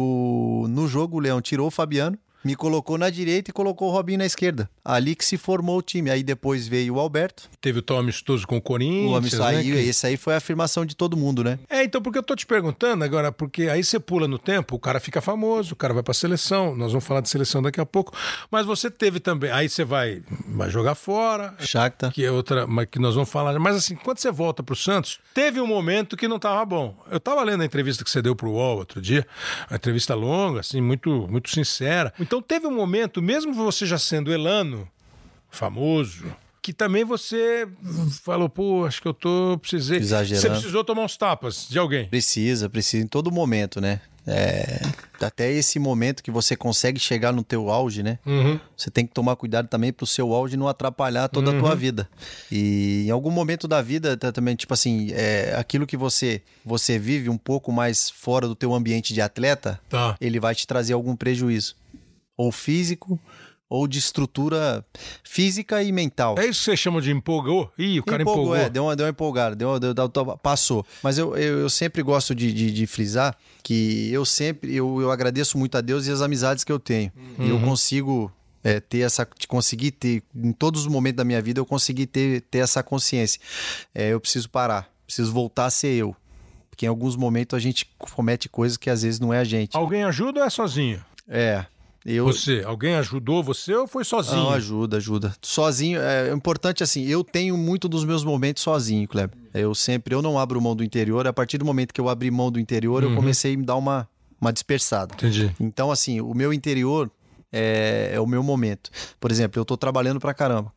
o, no jogo o Leão tirou o Fabiano, me colocou na direita e colocou o Robinho na esquerda. Ali que se formou o time. Aí depois veio o Alberto. Teve o tom amistoso com o Corinthians. O amistoso, né, aí, que... Esse aí foi a afirmação de todo mundo, né? É, então, porque eu tô te perguntando agora, porque aí você pula no tempo, o cara fica famoso, o cara vai pra seleção, nós vamos falar de seleção daqui a pouco, mas você teve também, aí você vai, vai jogar fora, Shakhtar. Que é outra, mas que nós vamos falar, mas assim, quando você volta pro Santos, teve um momento que não tava bom. Eu tava lendo a entrevista que você deu pro U O L outro dia, uma entrevista longa, assim, muito, muito sincera. Então teve um momento, mesmo você já sendo Elano, famoso, que também você falou, pô, acho que eu tô, precisei... Exagerando. Você precisou tomar uns tapas de alguém. Precisa, precisa, em todo momento, né? É, até esse momento que você consegue chegar no teu auge, né? Uhum. Você tem que tomar cuidado também pro seu auge não atrapalhar toda uhum. a tua vida. E em algum momento da vida, também, tipo assim, é, aquilo que você, você vive um pouco mais fora do teu ambiente de atleta, tá. ele vai te trazer algum prejuízo. Ou físico, ou de estrutura física e mental. É isso que você chama de empolgou? Ih, o cara empolgou. empolgou. É, deu uma, deu uma empolgada, deu, deu, deu, deu, passou. Mas eu, eu, eu sempre gosto de, de, de frisar que eu sempre, eu, eu agradeço muito a Deus e as amizades que eu tenho. Uhum. E eu consigo é, ter essa, conseguir ter, em todos os momentos da minha vida, eu consegui ter, ter essa consciência. É, eu preciso parar, preciso voltar a ser eu. Porque em alguns momentos a gente comete coisas que às vezes não é a gente. Alguém ajuda ou é sozinho? É... Eu... Você, alguém ajudou você ou foi sozinho? Não, ajuda, ajuda. Sozinho, é importante assim, eu tenho muito dos meus momentos sozinho, Kleber. Eu sempre, eu não abro mão do interior, a partir do momento que eu abri mão do interior, uhum. eu comecei a me dar uma, uma dispersada. Entendi. Então assim, o meu interior é, é o meu momento. Por exemplo, eu tô trabalhando pra caramba.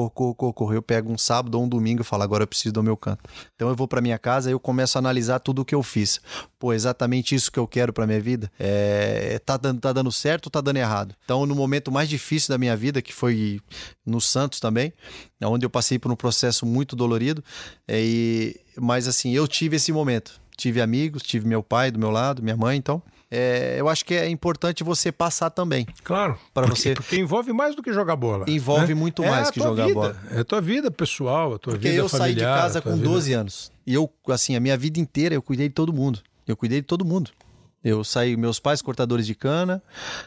Eu pego um sábado ou um domingo e falo, agora eu preciso do meu canto. Então eu vou pra minha casa e eu começo a analisar tudo o que eu fiz. Pô, exatamente isso que eu quero pra minha vida? É, tá, dando, tá dando certo ou tá dando errado? Então no momento mais difícil da minha vida, que foi no Santos também, onde eu passei por um processo muito dolorido, é, e, mas assim, eu tive esse momento. Tive amigos, tive meu pai do meu lado, minha mãe, então... É, eu acho que é importante você passar também. Claro, para porque, você porque envolve mais do que jogar bola. Envolve né? muito é mais que jogar vida, bola. É a tua vida pessoal, a tua porque vida eu familiar. Porque eu saí de casa com vida... doze anos. E eu, assim, a minha vida inteira eu cuidei de todo mundo. Eu cuidei de todo mundo. Eu saí, meus pais cortadores de cana,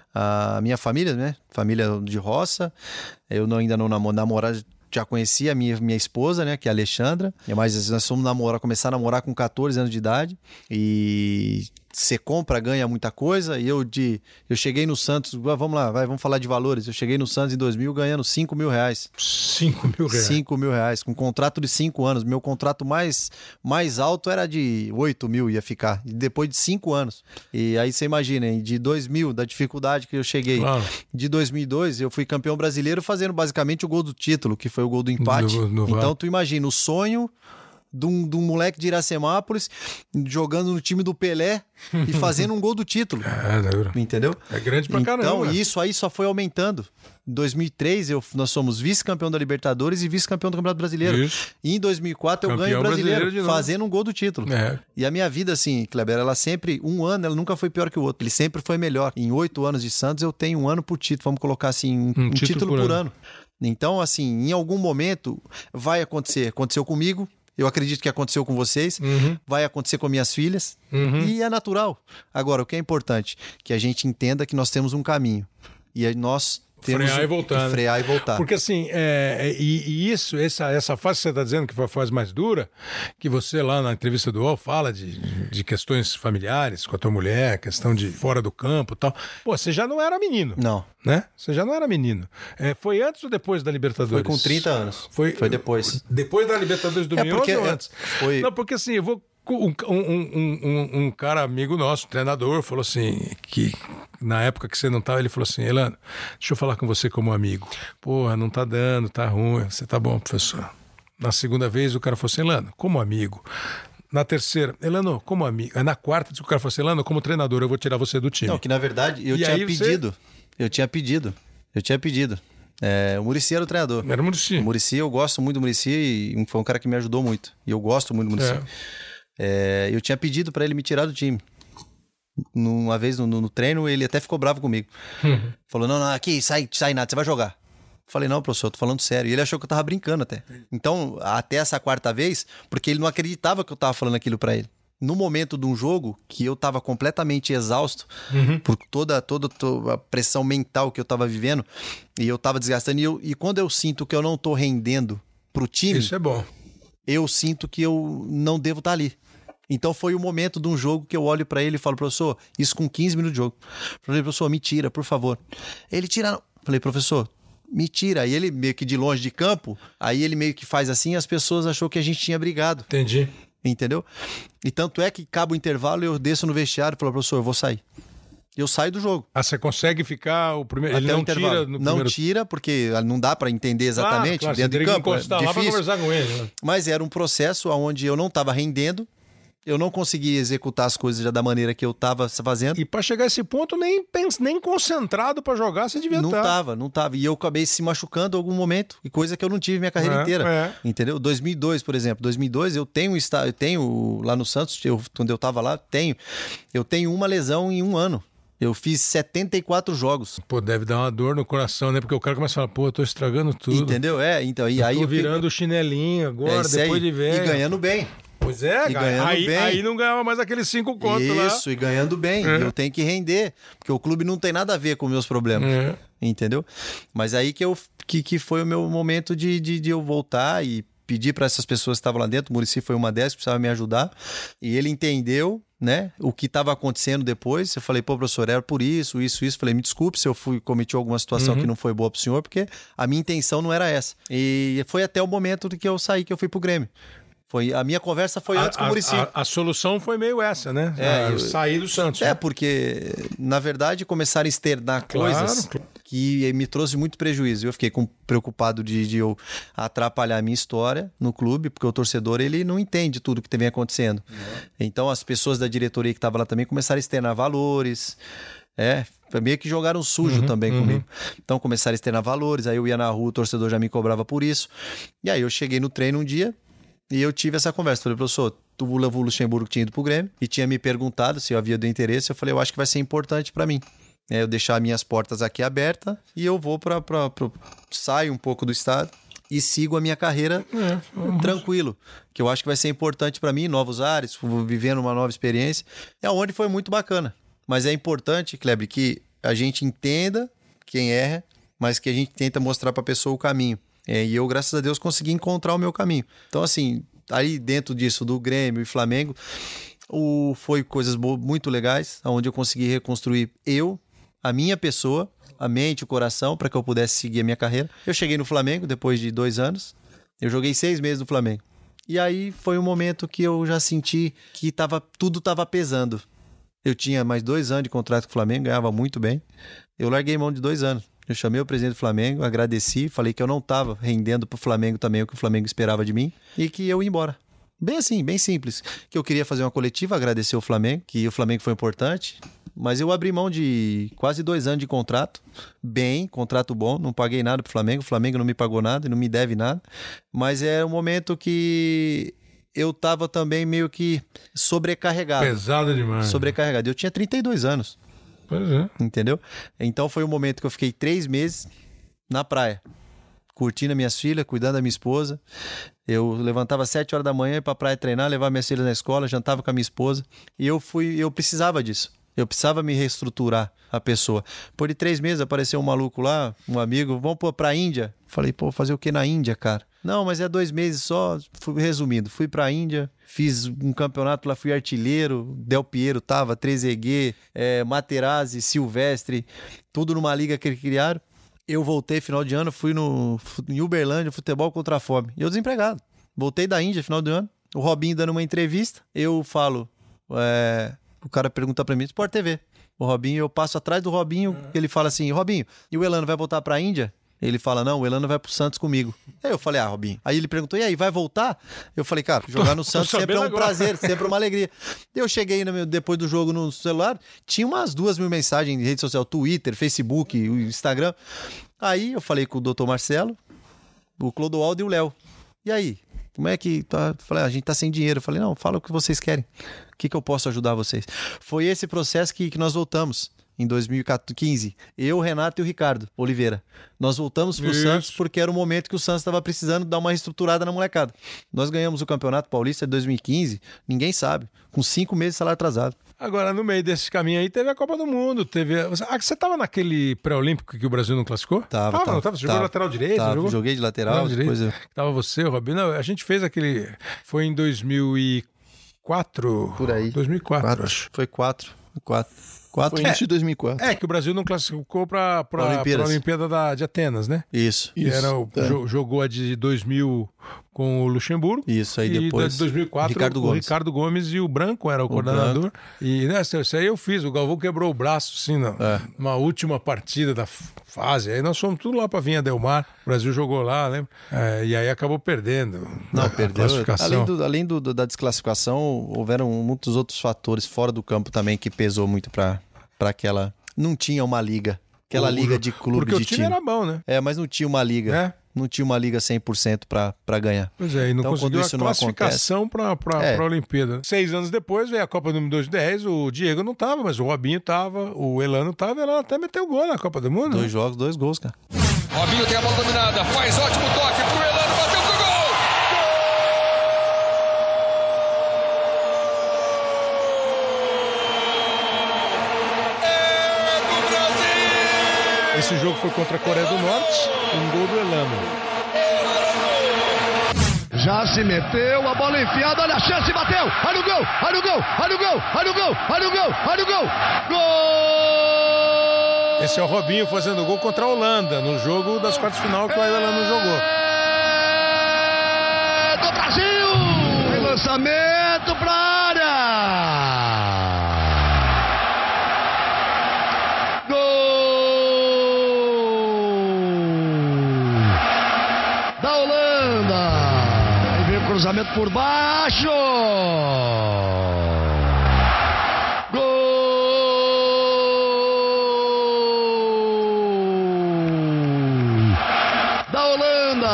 a minha família, né? Família de roça. Eu não, ainda não namorava... Já conheci a minha, minha esposa, né, que é a Alexandra, mas nós fomos namorar, começar a namorar com catorze anos de idade e você compra, ganha muita coisa. E eu, de, eu cheguei no Santos, vamos lá, vai, vamos falar de valores. Eu cheguei no Santos em dois mil ganhando cinco mil reais. cinco mil reais? cinco mil reais, com um contrato de cinco anos. Meu contrato mais, mais alto era de oito mil, ia ficar, depois de cinco anos. E aí você imagina, hein, de dois mil, da dificuldade que eu cheguei, claro. De dois mil e dois, eu fui campeão brasileiro fazendo basicamente o gol do título, que foi o gol do empate. No, no então tu imagina, o sonho de um, de um moleque de Iracemápolis jogando no time do Pelé e fazendo um gol do título. É, entendeu? É grande pra então, caramba. Então isso aí só foi aumentando. Em dois mil e três eu, nós somos vice-campeão da Libertadores e vice-campeão do Campeonato Brasileiro. Isso. E em dois mil e quatro eu campeão ganho o brasileiro, brasileiro fazendo um gol do título. É. E a minha vida, assim, Kleber, ela sempre, um ano, ela nunca foi pior que o outro. Ele sempre foi melhor. Em oito anos de Santos eu tenho um ano por título. Vamos colocar assim, um, um, um título, título por, por ano. ano. Então, assim, em algum momento vai acontecer. Aconteceu comigo. Eu acredito que aconteceu com vocês, uhum. vai acontecer com minhas filhas, uhum. e é natural. Agora, o que é importante? Que a gente entenda que nós temos um caminho. E nós temos frear, um, e voltar, que frear né? e voltar. Porque assim, é, e, e isso, essa, essa fase que você está dizendo, que foi a fase mais dura, que você lá na entrevista do U O L fala de, de questões familiares com a tua mulher, questão de fora do campo e tal. Pô, você já não era menino. Não. Né? Você já não era menino. É, foi antes ou depois da Libertadores? Foi com trinta anos. Foi, foi depois. Depois da Libertadores de dois mil e onze é ou antes? Foi... Não, porque assim, eu vou... Um, um, um, um, um cara amigo nosso, um treinador, falou assim, que na época que você não estava, ele falou assim, Elano, deixa eu falar com você como amigo. Porra, não tá dando, tá ruim. Você tá bom, professor. Na segunda vez o cara falou assim, Elano, como amigo, Na terceira, Elano, como amigo. Na quarta, o cara falou assim, Elano, como treinador, eu vou tirar você do time. Não, que na verdade eu E tinha aí você- pedido. Eu tinha pedido. Eu tinha pedido. É, o Muricy era o treinador. Era o Muricy. O Muricy, eu gosto muito do Muricy e foi um cara que me ajudou muito. E eu gosto muito do Muricy. É. É, eu tinha pedido pra ele me tirar do time. Uma vez no, no- no treino, ele até ficou bravo comigo. Uhum. Falou, não, não, aqui, sai, sai nada, você vai jogar. Falei, não, professor, eu tô falando sério. E ele achou que eu tava brincando até. Então, até essa quarta vez, porque ele não acreditava que eu tava falando aquilo pra ele. No momento de um jogo que eu tava completamente exausto Uhum. por toda, toda, toda a pressão mental que eu tava vivendo e eu tava desgastando. E, eu- e quando eu sinto que eu não tô rendendo pro time, Isso é bom. eu sinto que eu não devo estar ali. Então foi o momento de um jogo que eu olho pra ele e falo, professor, isso com quinze minutos de jogo. Falei, professor, me tira, por favor. Ele tira, não. Falei, professor, me tira. Aí ele meio que de longe de campo, aí ele meio que faz assim, as pessoas achou que a gente tinha brigado, Entendi. entendeu? E tanto é que acaba o intervalo, eu desço no vestiário e falo, professor, eu vou sair. Eu saio do jogo. Ah, você consegue ficar o primeiro... Ele até o não intervalo. tira no Não primeiro... tira, porque não dá pra entender exatamente claro, claro, você dentro de teria que campo. É encostar lá pra difícil. conversar com ele. Né? Mas era um processo onde eu não estava rendendo, eu não conseguia executar as coisas já da maneira que eu estava fazendo. E pra chegar a esse ponto, nem, pens... nem concentrado pra jogar, você devia Não estar. tava, não tava. E eu acabei se machucando em algum momento, e coisa que eu não tive minha carreira É, inteira. é. Entendeu? dois mil e dois, por exemplo. dois mil e dois eu tenho está- eu tenho lá no Santos, eu, quando eu tava lá, tenho. Eu tenho uma lesão em um ano. Eu fiz setenta e quatro jogos. Pô, deve dar uma dor no coração, né? Porque o cara começa a falar, pô, eu tô estragando tudo. Entendeu? É, então. E Eu aí tô eu fico- virando o chinelinho é agora, isso depois aí. de velho. E ganhando bem. Pois é, E cara. ganhando Aí, bem. aí não ganhava mais aqueles cinco contos lá. Isso, e ganhando bem. É. Eu tenho que render, porque o clube não tem nada a ver com meus problemas. É. Entendeu? Mas aí que, eu, que, que foi o meu momento de, de, de eu voltar e pedir para essas pessoas que estavam lá dentro. O Muricy foi uma dessas que precisava me ajudar. E ele entendeu, né, o que estava acontecendo depois. Eu falei, pô, professor, era por isso, isso, isso. Falei, me desculpe se eu fui cometi alguma situação Uhum. que não foi boa pro senhor, porque a minha intenção não era essa. E foi até o momento que eu saí, que eu fui pro Grêmio. Foi, a minha conversa foi A, antes com o a, Muricy. a, a solução foi meio essa, né? É, Ah, eu- sair do Santos. É, porque, na verdade, começaram a externar Claro, coisas claro. que me trouxe muito prejuízo. Eu fiquei com, preocupado de, de eu atrapalhar a minha história no clube, porque o torcedor ele não entende tudo que vem acontecendo. Então, as pessoas da diretoria que estavam lá também começaram a externar valores. É, meio que jogaram sujo também comigo. Então, começaram a externar valores. Aí eu ia na rua, o torcedor já me cobrava por isso. E aí eu cheguei no treino um dia e eu tive essa conversa. Falei, professor, o Luxemburgo tinha ido pro Grêmio e tinha me perguntado se eu havia do interesse. Eu falei, eu acho que vai ser importante para mim. É, eu deixar minhas portas aqui abertas e eu vou para saio um pouco do estado e sigo a minha carreira tranquilo, que eu acho que vai ser importante para mim, novos ares, vivendo uma nova experiência. É onde foi muito bacana. Mas é importante, Kleber, que a gente entenda quem erra, mas que a gente tenta mostrar para a pessoa o caminho. É, e eu, graças a Deus, consegui encontrar o meu caminho. Então, assim, aí dentro disso, do Grêmio e Flamengo, o, foi coisas bo- muito legais, onde eu consegui reconstruir eu, a minha pessoa, a mente, o coração, para que eu pudesse seguir a minha carreira. Eu cheguei no Flamengo depois de dois anos, eu joguei seis meses no Flamengo. E aí foi um momento que eu já senti que tava, tudo estava pesando. Eu tinha mais dois anos de contrato com o Flamengo, ganhava muito bem. Eu larguei mão de dois anos. Eu chamei o presidente do Flamengo, agradeci, falei que eu não estava rendendo para o Flamengo também o que o Flamengo esperava de mim e que eu ia embora. Bem assim, bem simples. Que eu queria fazer uma coletiva, agradecer o Flamengo, que o Flamengo foi importante, mas eu abri mão de quase dois anos de contrato, bem, contrato bom, não paguei nada pro Flamengo, o Flamengo não me pagou nada e não me deve nada, mas é um momento que eu estava também meio que sobrecarregado. Pesado demais. Sobrecarregado. Eu tinha trinta e dois anos. Pois é. Entendeu? Então foi um momento que eu fiquei três meses na praia, curtindo as minhas filhas, cuidando da minha esposa. Eu levantava às sete horas da manhã, ia pra praia treinar, levar minhas filhas na escola, jantava com a minha esposa. E eu fui, eu precisava disso. Eu precisava me reestruturar a pessoa. Por de três meses apareceu um maluco lá, um amigo, vamos pô, pra Índia. Falei, pô, fazer o que na Índia, cara? Não, mas é dois meses só. Fui, resumindo, fui pra Índia, fiz um campeonato lá, fui artilheiro, Del Piero tava, Trezeguet, é, Materazzi, Silvestre, tudo numa liga que eles criaram. Eu voltei final de ano, fui no, em Uberlândia, futebol contra a fome. E eu desempregado. Voltei da Índia final do ano, o Robinho dando uma entrevista, eu falo, é, o cara pergunta pra mim, Sport T V. O Robinho, eu passo atrás do Robinho, ele fala assim, Robinho, e o Elano vai voltar pra Índia? Ele fala, não, o Elano vai pro Santos comigo. Aí eu falei, ah, Robinho. Aí ele perguntou, e aí, vai voltar? Eu falei, cara, jogar no Santos sempre é um agora. prazer, sempre uma alegria. Eu cheguei no meu, depois do jogo no celular, tinha umas duas mil mensagens em rede social, Twitter, Facebook, Instagram. Aí eu falei com o doutor Marcelo, o Clodoaldo e o Léo. E aí? Como é que... Tá? Falei, ah, a gente tá sem dinheiro. Eu falei, não, fala o que vocês querem. O que, que eu posso ajudar vocês? Foi esse processo que, que nós voltamos. Em dois mil e quinze, eu, o Renato e o Ricardo Oliveira. Nós voltamos pro Isso. Santos porque era o momento que o Santos estava precisando dar uma reestruturada na molecada. Nós ganhamos o Campeonato Paulista de dois mil e quinze, ninguém sabe, com cinco meses de salário atrasado. Agora, no meio desse caminho aí, teve a Copa do Mundo, teve... A... Ah, você tava naquele pré-olímpico que o Brasil não classificou? Tava, tava. tava não tava? Você jogou tava, lateral direito? Tava, jogou? Joguei de lateral, lateral depois eu... Tava você, o Robinho. Não, a gente fez aquele... Foi em dois mil e quatro? Por aí. dois mil e quatro, quatro. acho. Foi quatro. Quatro. Quatro? Foi início de dois mil e quatro. É, que o Brasil não classificou para a Olimpíada da, de Atenas, né? Isso. Que isso era o, é. jo, jogou a de dois mil com o Luxemburgo. Isso, aí e depois. E de dois mil e quatro Ricardo o Gomes. Ricardo Gomes e o Branco era o, o coordenador. Branco. E nessa, isso aí eu fiz. O Galvão quebrou o braço, assim, na, é. numa última partida da fase. Aí nós fomos tudo lá para Vinha Del Mar. O Brasil jogou lá, lembra? É, e aí acabou perdendo. Não, a, perdeu. A classificação. Além, do, além do, da desclassificação, houveram muitos outros fatores fora do campo também que pesou muito para para aquela... Não tinha uma liga. Aquela o, liga de clube porque de o time, time era bom, né? É, mas não tinha uma liga. É? Não tinha uma liga cem por cento para ganhar. Pois é, e não então, conseguiu quando isso a classificação para é. a Olimpíada. Seis anos depois veio a Copa número dois mil e dez, o Diego não tava, mas o Robinho tava, o Elano tava, o Elano até meteu gol na Copa do Mundo. Dois né? jogos, dois gols, cara. Robinho tem a bola dominada, faz ótimo toque pro Elano, bateu pro gol! Esse jogo foi contra a Coreia do Norte, um gol do Elano. Já se meteu, a bola enfiada, olha a chance, bateu! Olha o gol, olha o gol, olha o gol, olha o gol, olha o gol, olha o gol! Gol! Esse é o Robinho fazendo gol contra a Holanda, no jogo das quartas de final que o Elano jogou. É do Brasil! Tem lançamento pra área! Cruzamento por baixo. Gol da Holanda.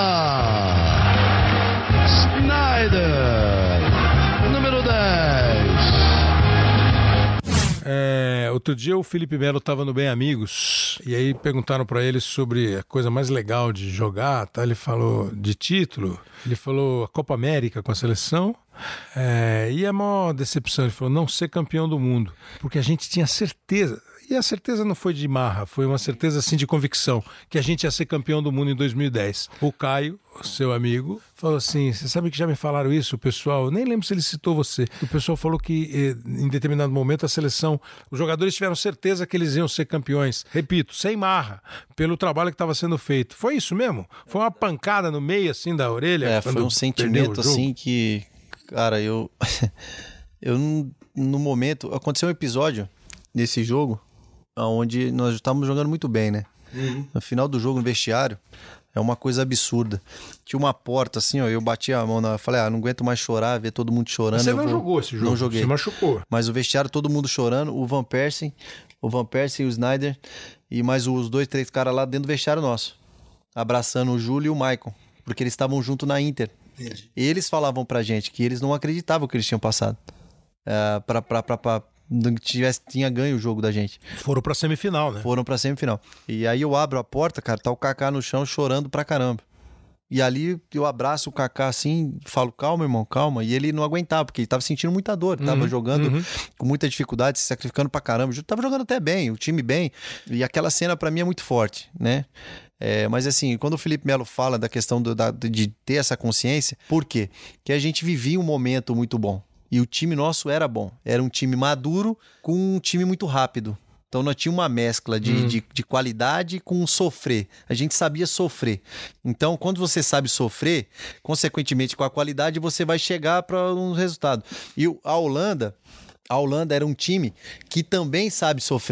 Sneijder, número dez. É, outro dia o Felipe Melo estava no Bem Amigos e aí perguntaram para ele sobre a coisa mais legal de jogar, tá? Ele falou de título. Ele falou a Copa América com a seleção é, e a maior decepção, ele falou não ser campeão do mundo, porque a gente tinha certeza, e a certeza não foi de marra, foi uma certeza assim de convicção, que a gente ia ser campeão do mundo em dois mil e dez. O Caio, seu amigo, falou assim, você sabe que já me falaram isso, o pessoal, nem lembro se ele citou você, o pessoal falou que em determinado momento a seleção, os jogadores tiveram certeza que eles iam ser campeões, repito, sem marra, pelo trabalho que estava sendo feito. Foi isso mesmo? Foi uma pancada no meio assim da orelha? É, foi um sentimento assim que, cara, eu, eu no momento, aconteceu um episódio nesse jogo, onde nós estávamos jogando muito bem, né? Uhum. No final do jogo, no vestiário, é uma coisa absurda. Tinha uma porta assim, ó, eu bati a mão na... Falei, ah, não aguento mais chorar, ver todo mundo chorando. Você eu não vou... jogou esse jogo? Não joguei. Você machucou. Mas o vestiário, todo mundo chorando, o Van Persie, o Van Persie e o Sneijder, e mais os dois, três caras lá dentro do vestiário nosso, abraçando o Júlio e o Maicon, porque eles estavam junto na Inter. Entendi. Eles falavam pra gente que eles não acreditavam que eles tinham passado. É, pra... pra, pra, pra tivesse, tinha ganho o jogo da gente. Foram pra semifinal, né? Foram pra semifinal. E aí eu abro a porta, cara, tá o Kaká no chão chorando pra caramba. E ali eu abraço o Kaká assim, falo, calma, irmão, calma. E ele não aguentava, porque ele tava sentindo muita dor. Uhum, tava jogando uhum. com muita dificuldade, se sacrificando pra caramba. Tava jogando até bem, o time bem. E aquela cena pra mim é muito forte, né? É, mas assim, quando o Felipe Melo fala da questão do, da, de ter essa consciência, por quê? Porque a gente vivia um momento muito bom. E o time nosso era bom. Era um time maduro com um time muito rápido. Então nós tínhamos uma mescla de, hum. de, de qualidade com sofrer. A gente sabia sofrer. Então quando você sabe sofrer, consequentemente com a qualidade você vai chegar para um resultado. E a Holanda, a Holanda era um time que também sabe sofrer.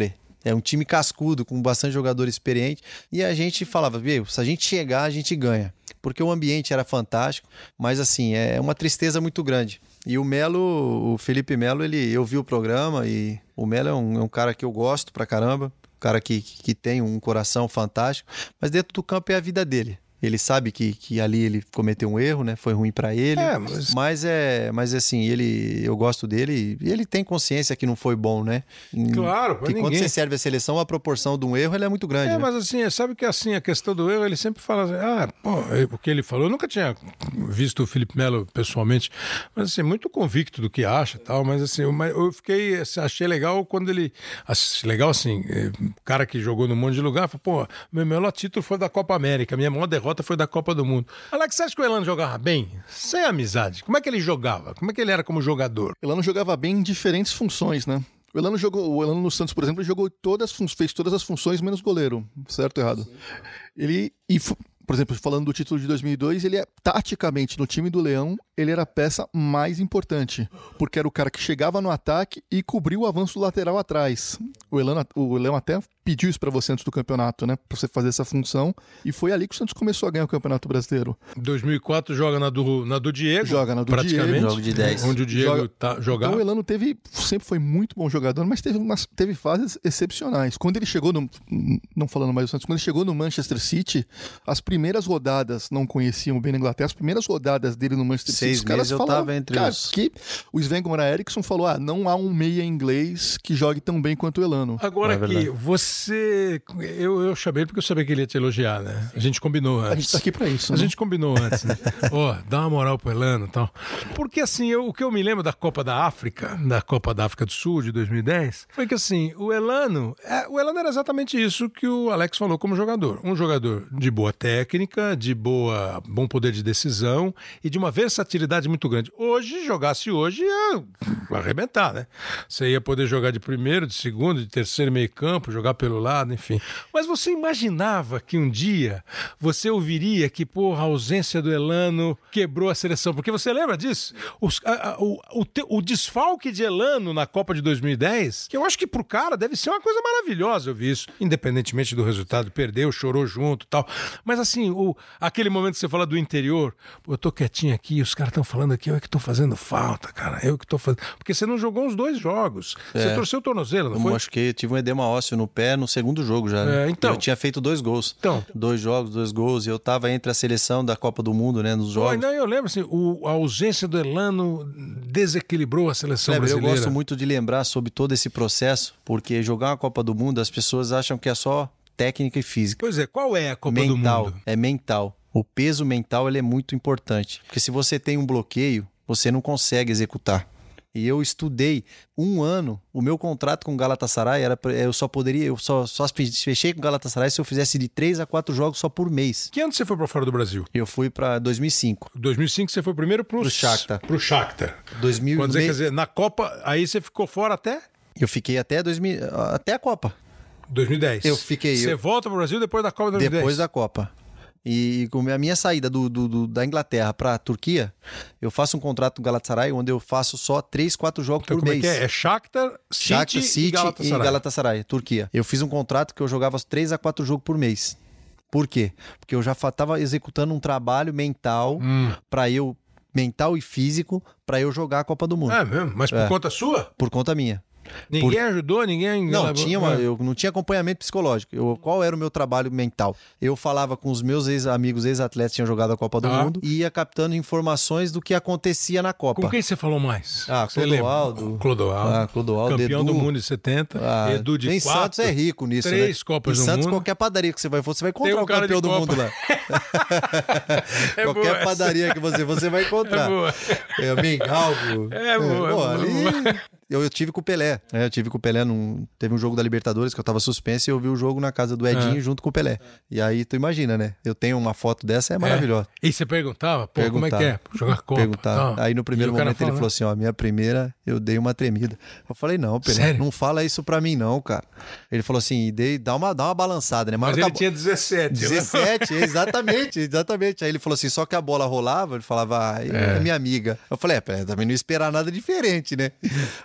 É um time cascudo, com bastante jogador experiente. E a gente falava, viu, se a gente chegar, a gente ganha. Porque o ambiente era fantástico, mas assim, é uma tristeza muito grande. E o Melo, o Felipe Melo, ele, eu vi o programa e o Melo é um, é um cara que eu gosto pra caramba, um cara que, que tem um coração fantástico, mas dentro do campo é a vida dele. Ele sabe que, que ali ele cometeu um erro, né? Foi ruim pra ele. É, mas... mas é, mas assim, ele, eu gosto dele e ele tem consciência que não foi bom, né? Claro, que ninguém... quando você serve a seleção, a proporção de um erro ele é muito grande. É, né? mas assim, sabe que assim, a questão do erro, ele sempre fala assim, ah, pô, o que ele falou, eu nunca tinha visto o Felipe Melo pessoalmente, mas assim, muito convicto do que acha e tal, mas assim, eu, eu fiquei, assim, achei legal quando ele, assim, legal assim, o cara que jogou num monte de lugar, falou, pô, meu melhor título foi da Copa América, minha maior derrota foi da Copa do Mundo. Alex, você acha que o Elano jogava bem? Sem amizade. Como é que ele jogava? Como é que ele era como jogador? O Elano jogava bem em diferentes funções, né? O Elano jogou, o Elano no Santos, por exemplo, ele jogou todas, fez todas as funções menos goleiro, certo ou errado? Sim. Ele, e, por exemplo, falando do título de dois mil e dois, ele é, taticamente, no time do Leão, ele era a peça mais importante, porque era o cara que chegava no ataque e cobria o avanço do lateral atrás. O Elano, o Leão até pediu isso pra você antes do campeonato, né? Pra você fazer essa função. E foi ali que o Santos começou a ganhar o Campeonato Brasileiro. dois mil e quatro joga na do, na do Diego. Joga na do praticamente. Diego. Jogo de dez. Onde o Diego Joga... tá, jogava. Então o Elano teve, sempre foi muito bom jogador, mas teve, umas, teve fases excepcionais. Quando ele chegou no... Não falando mais do Santos, quando ele chegou no Manchester City, as primeiras rodadas, não conheciam bem na Inglaterra, as primeiras rodadas dele no Manchester Seis City, os caras eu falaram, tava entre cara, os... que o Sven-Goran Eriksson falou, ah, não há um meia inglês que jogue tão bem quanto o Elano. Agora é aqui, você... Eu, eu chamei ele porque eu sabia que ele ia te elogiar, né? A gente combinou antes. A gente tá aqui pra isso, A né? gente combinou antes, né? Ó, oh, dá uma moral pro Elano e tal. Porque assim, eu, o que eu me lembro da Copa da África, da Copa da África do Sul de dois mil e dez, foi que assim, o Elano... É, o Elano era exatamente isso que o Alex falou como jogador. Um jogador de boa técnica, de boa, bom poder de decisão e de uma versatilidade muito grande. Hoje, jogasse hoje, ia arrebentar, né? Você ia poder jogar de primeiro, de segundo, de terceiro meio campo, jogar pelo lado, enfim. Mas você imaginava que um dia você ouviria que, porra, a ausência do Elano quebrou a seleção? Porque você lembra disso? Os, a, a, o, o, te, o desfalque de Elano na Copa de dois mil e dez, que eu acho que pro cara deve ser uma coisa maravilhosa ouvir isso, independentemente do resultado, perdeu, chorou junto e tal. Mas assim, o, aquele momento que você fala do interior, pô, eu tô quietinho aqui, os caras estão falando aqui, eu é que tô fazendo falta, cara, eu que tô fazendo... Porque você não jogou uns dois jogos, é. Você torceu o tornozelo, não eu foi? Eu machuquei, eu tive um edema ósseo no pé no segundo jogo já, né? É, então... Eu tinha feito dois gols, então... dois jogos, dois gols, e eu tava entre a seleção da Copa do Mundo, né, nos jogos. Não, eu lembro, assim, o, a ausência do Elano desequilibrou a seleção Kleber, brasileira. Eu gosto muito de lembrar sobre todo esse processo, porque jogar uma Copa do Mundo, as pessoas acham que é só técnica e física. Pois é, qual é a Copa mental, do Mundo? É mental. O peso mental ele é muito importante, porque se você tem um bloqueio, você não consegue executar. E eu estudei um ano, o meu contrato com o Galatasaray, era, eu só poderia, eu só, só fechei com o Galatasaray se eu fizesse de três a quatro jogos só por mês. Que ano você foi para fora do Brasil? Eu fui para dois mil e cinco. dois mil e cinco você foi primeiro pro, pro Shakhtar. Pro Shakhtar. dois mil Quando você, quer dizer, na Copa, aí você ficou fora até? Eu fiquei até, dois mil, até a Copa. dois mil e dez. Eu fiquei... Você eu... volta pro Brasil depois da Copa de dois mil e dez? Depois da Copa. E com a minha saída do, do, do, da Inglaterra para a Turquia, eu faço um contrato com o Galatasaray onde eu faço só três, quatro jogos então, por como mês. É, que é? É Shakhtar, City, Shakhtar, City e Galatasaray. e Galatasaray, Turquia. Eu fiz um contrato que eu jogava três a quatro jogos por mês. Por quê? Porque eu já estava executando um trabalho mental hum. para eu, mental e físico, para eu jogar a Copa do Mundo. É mesmo? Mas por é. conta sua? Por conta minha. Ninguém Por... ajudou, ninguém... Não, tinha uma, eu não tinha acompanhamento psicológico. Eu, qual era o meu trabalho mental? Eu falava com os meus ex-amigos, ex-atletas que tinham jogado a Copa do ah. Mundo e ia captando informações do que acontecia na Copa. Com quem você falou mais? Ah, Clodoaldo. Clodoaldo. Ah, Clodoaldo. Campeão Edu. do mundo de setenta. Ah, Edu de em quatro. Santos é rico nisso, Três né? Copas em do Santos, mundo. qualquer padaria que você vai for, você vai encontrar um o campeão do Copa. mundo lá. é qualquer boa padaria essa. que você, você vai encontrar. É boa. É, Mengalgo. É boa. É, pô, é ali... boa. Eu, eu tive com o Pelé, né? Eu tive com o Pelé, num... teve um jogo da Libertadores que eu tava suspenso e eu vi o jogo na casa do Edinho é. junto com o Pelé. E aí tu imagina, né? Eu tenho uma foto dessa, é maravilhosa. É. E você perguntava, pô, perguntava. como é que é? Jogar Copa. Perguntava. Aí no primeiro momento ele fala, falou assim, ó, minha primeira, eu dei uma tremida. Eu falei, não, Pelé, Sério? não fala isso pra mim não, cara. Ele falou assim, dei, dá, uma, dá uma balançada, né? Mas, Mas ele acabou... tinha dezessete. dezessete, exatamente, exatamente. Aí ele falou assim, só que a bola rolava, ele falava, ah, é minha amiga. Eu falei, é, Pelé, também não ia esperar nada diferente, né?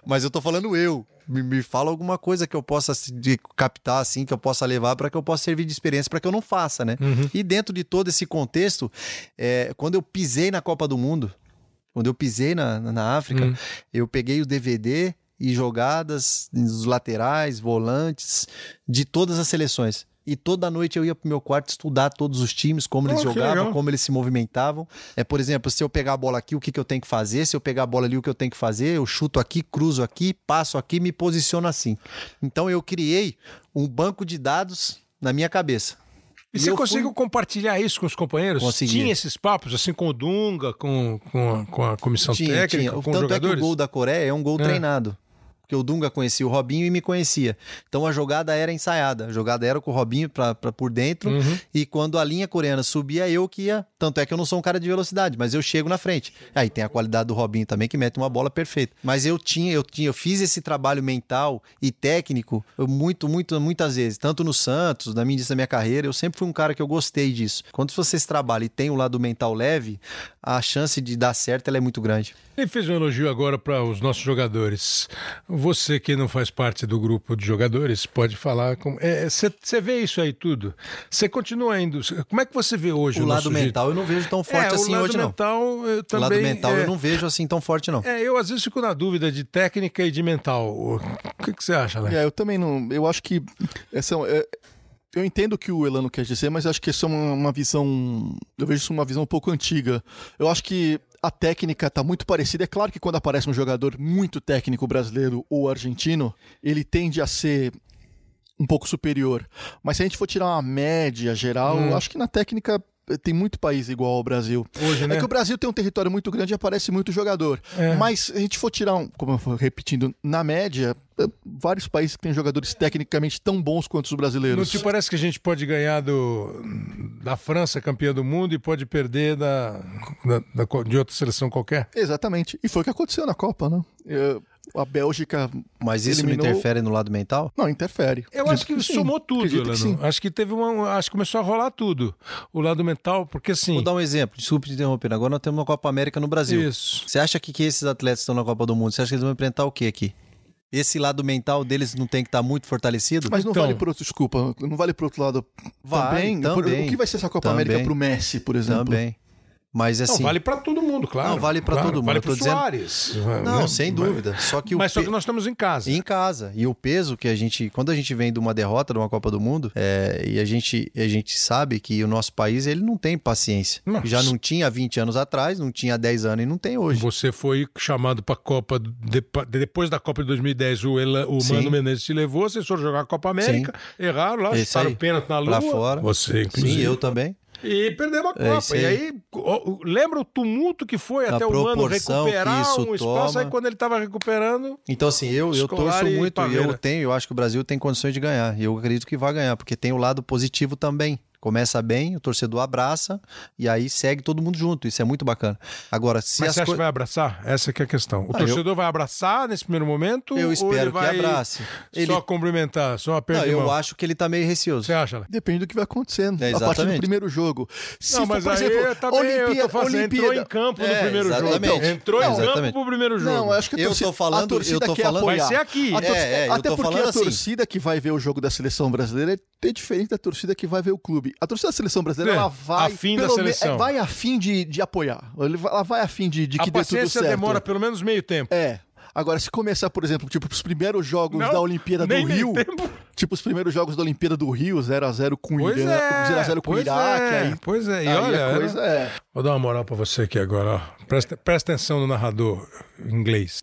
Mas eu tô falando eu. Me, me fala alguma coisa que eu possa de captar, assim, que eu possa levar para que eu possa servir de experiência para que eu não faça, né? Uhum. E dentro de todo esse contexto, é, quando eu pisei na Copa do Mundo, quando eu pisei na, na África, uhum. eu peguei o D V D e jogadas dos laterais, volantes, de todas as seleções. E toda noite eu ia pro meu quarto estudar todos os times, como eles oh, jogavam, como eles se movimentavam. É, por exemplo, se eu pegar a bola aqui, o que, que eu tenho que fazer? Se eu pegar a bola ali, o que eu tenho que fazer? Eu chuto aqui, cruzo aqui, passo aqui, me posiciono assim. Então eu criei um banco de dados na minha cabeça. E, e você conseguiu fui... compartilhar isso com os companheiros? Consegui. Tinha esses papos, assim, com o Dunga, com, com, a, com a comissão tinha, técnica, tinha. com Tanto os jogadores? Tanto é que o gol da Coreia é um gol é. treinado. Porque o Dunga conhecia o Robinho e me conhecia. Então a jogada era ensaiada. A jogada era com o Robinho pra, pra por dentro. Uhum. E quando a linha coreana subia, eu que ia. Tanto é que eu não sou um cara de velocidade, mas eu chego na frente. Aí tem a qualidade do Robinho também, que mete uma bola perfeita. Mas eu tinha, eu tinha, eu fiz esse trabalho mental e técnico muito, muito, muitas vezes. Tanto no Santos, na minha, na minha carreira, eu sempre fui um cara que eu gostei disso. Quando você trabalha e tem o lado mental leve, a chance de dar certo ela é muito grande. Ele fez um elogio agora para os nossos jogadores. Você que não faz parte do grupo de jogadores, pode falar. Você é, vê isso aí tudo? Você continua indo... Como é que você vê hoje o, o lado nosso mental jeito? Eu não vejo tão forte é, assim hoje, mental, não. Eu também, o lado mental é... eu não vejo assim tão forte, não. É, eu às vezes fico na dúvida de técnica e de mental. O que, que você acha, né? É, eu também não... Eu acho que... Essa é... Eu entendo o que o Elano quer dizer, mas acho que isso é uma, uma visão... Eu vejo isso uma visão um pouco antiga. Eu acho que a técnica está muito parecida. É claro que quando aparece um jogador muito técnico brasileiro ou argentino, ele tende a ser um pouco superior. Mas se a gente for tirar uma média geral, hum. acho que na técnica... Tem muito país igual ao Brasil. Hoje, né? É que o Brasil tem um território muito grande e aparece muito jogador. É. Mas se a gente for tirar, um, como eu fui repetindo, na média, vários países que têm jogadores tecnicamente tão bons quanto os brasileiros. Não te parece que a gente pode ganhar do, da França, campeã do mundo, e pode perder da, da, da, de outra seleção qualquer? Exatamente. E foi o que aconteceu na Copa, né? Eu, a Bélgica... Mas isso eliminou... não interfere no lado mental? Não, interfere. Eu acredito acho que, que somou tudo, Elano. Acho que teve uma... Acho que começou a rolar tudo. O lado mental, porque assim... Vou dar um exemplo, desculpe te interromper. Agora nós temos uma Copa América no Brasil. Isso. Você acha que, que esses atletas estão na Copa do Mundo, você acha que eles vão enfrentar o quê aqui? Esse lado mental deles não tem que estar muito fortalecido? Mas não então, vale pro outro, desculpa, não vale pro outro lado vai, também? também. O que vai ser essa Copa também, América pro Messi, por exemplo? Também. Mas assim... Não, vale para todo mundo, claro. Não, vale para claro, todo mundo. Vale para o Soares. Não, né? Sem dúvida. Só que o Mas pe... só que nós estamos em casa. Em casa. E o peso que a gente... Quando a gente vem de uma derrota de uma Copa do Mundo, é... e a gente, a gente sabe que o nosso país, ele não tem paciência. Nossa. Já não tinha há vinte anos atrás, não tinha há dez anos e não tem hoje. Você foi chamado para a Copa... De... Depois da Copa de dois mil e dez, o, El... o Mano Menezes te levou, vocês foram jogar a Copa América, Sim. erraram lá, chutaram o pênalti na lua. Pra fora. Você, inclusive. Sim, eu também. E perdemos a Copa. É, e aí, lembra o tumulto que foi a até o Mano recuperar um espaço, toma. Aí quando ele estava recuperando... Então assim, eu, eu torço muito e eu tenho, eu acho que o Brasil tem condições de ganhar. E eu acredito que vai ganhar, porque tem o lado positivo também. Começa bem, o torcedor abraça e aí segue todo mundo junto. Isso é muito bacana. Agora, se Mas as você acha co... que vai abraçar? Essa que é a questão. O ah, torcedor eu... vai abraçar nesse primeiro momento? Eu espero ou ele que vai abrace. Só ele... cumprimentar, só apertar Não, eu acho que ele tá meio receoso. Você acha? Depende do que vai acontecendo. É, a partir do primeiro jogo. Se não, for, mas por aí exemplo, eu também Olimpíada, eu tô falando, Olimpíada... entrou em campo é, no primeiro exatamente. jogo. Entrou não, em exatamente. campo pro primeiro jogo. Não, acho que a torcida, eu tô falando, a torcida eu tô quer falando... apoiar. Vai ser aqui. A torcida, é, é, até eu tô porque a assim. torcida que vai ver o jogo da seleção brasileira é diferente da torcida que vai ver o clube. A torcida da seleção brasileira, é, ela vai... A fim da seleção. Me... Vai a fim de, de apoiar. Ela vai a fim de, de que a dê tudo certo. A paciência demora pelo menos meio tempo. É. Agora, se começar, por exemplo, tipo, os primeiros jogos não, da Olimpíada do Rio... Tempo. Tipo, os primeiros jogos da Olimpíada do Rio, zero a zero com o Irã, é, zero a zero com o Iraque. É, aí, pois é, e aí olha... A coisa é... Vou dar uma moral pra você aqui agora, ó. Presta, presta atenção no narrador em inglês.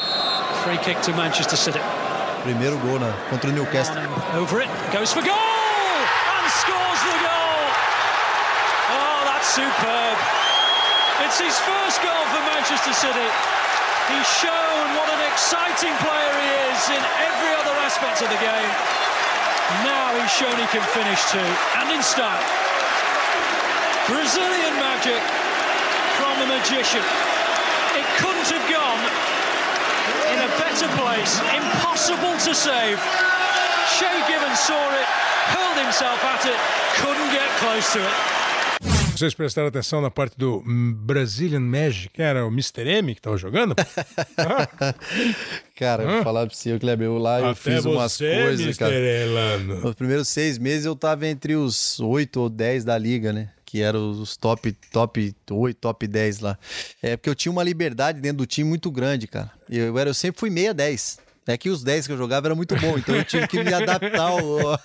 Free kick to Manchester City. Primeiro gol na, contra o Newcastle. Over it, goes for goal! And scores the goal! Oh, that's superb! It's his first goal for Manchester City. He's shown what an exciting player he is in every other aspect of the game. Now he's shown he can finish too, and in style. Brazilian magic from a magician. It couldn't have gone in a better place. Impossible to save. Shay Given saw it, hurled himself at it, couldn't get close to it. Vocês prestaram atenção na parte do Brazilian Magic, que era o mister M que tava jogando? Cara, eu vou falar pra você, Kleber, eu lá eu Até fiz umas você, coisas, mister cara. Elano. Nos primeiros seis meses eu tava entre os oito ou dez da liga, né? Que eram os top, top oito, top dez lá. É porque eu tinha uma liberdade dentro do time muito grande, cara. Eu, era, eu sempre fui meia dez. É que os dez que eu jogava era muito bom, então eu tive que me adaptar ao...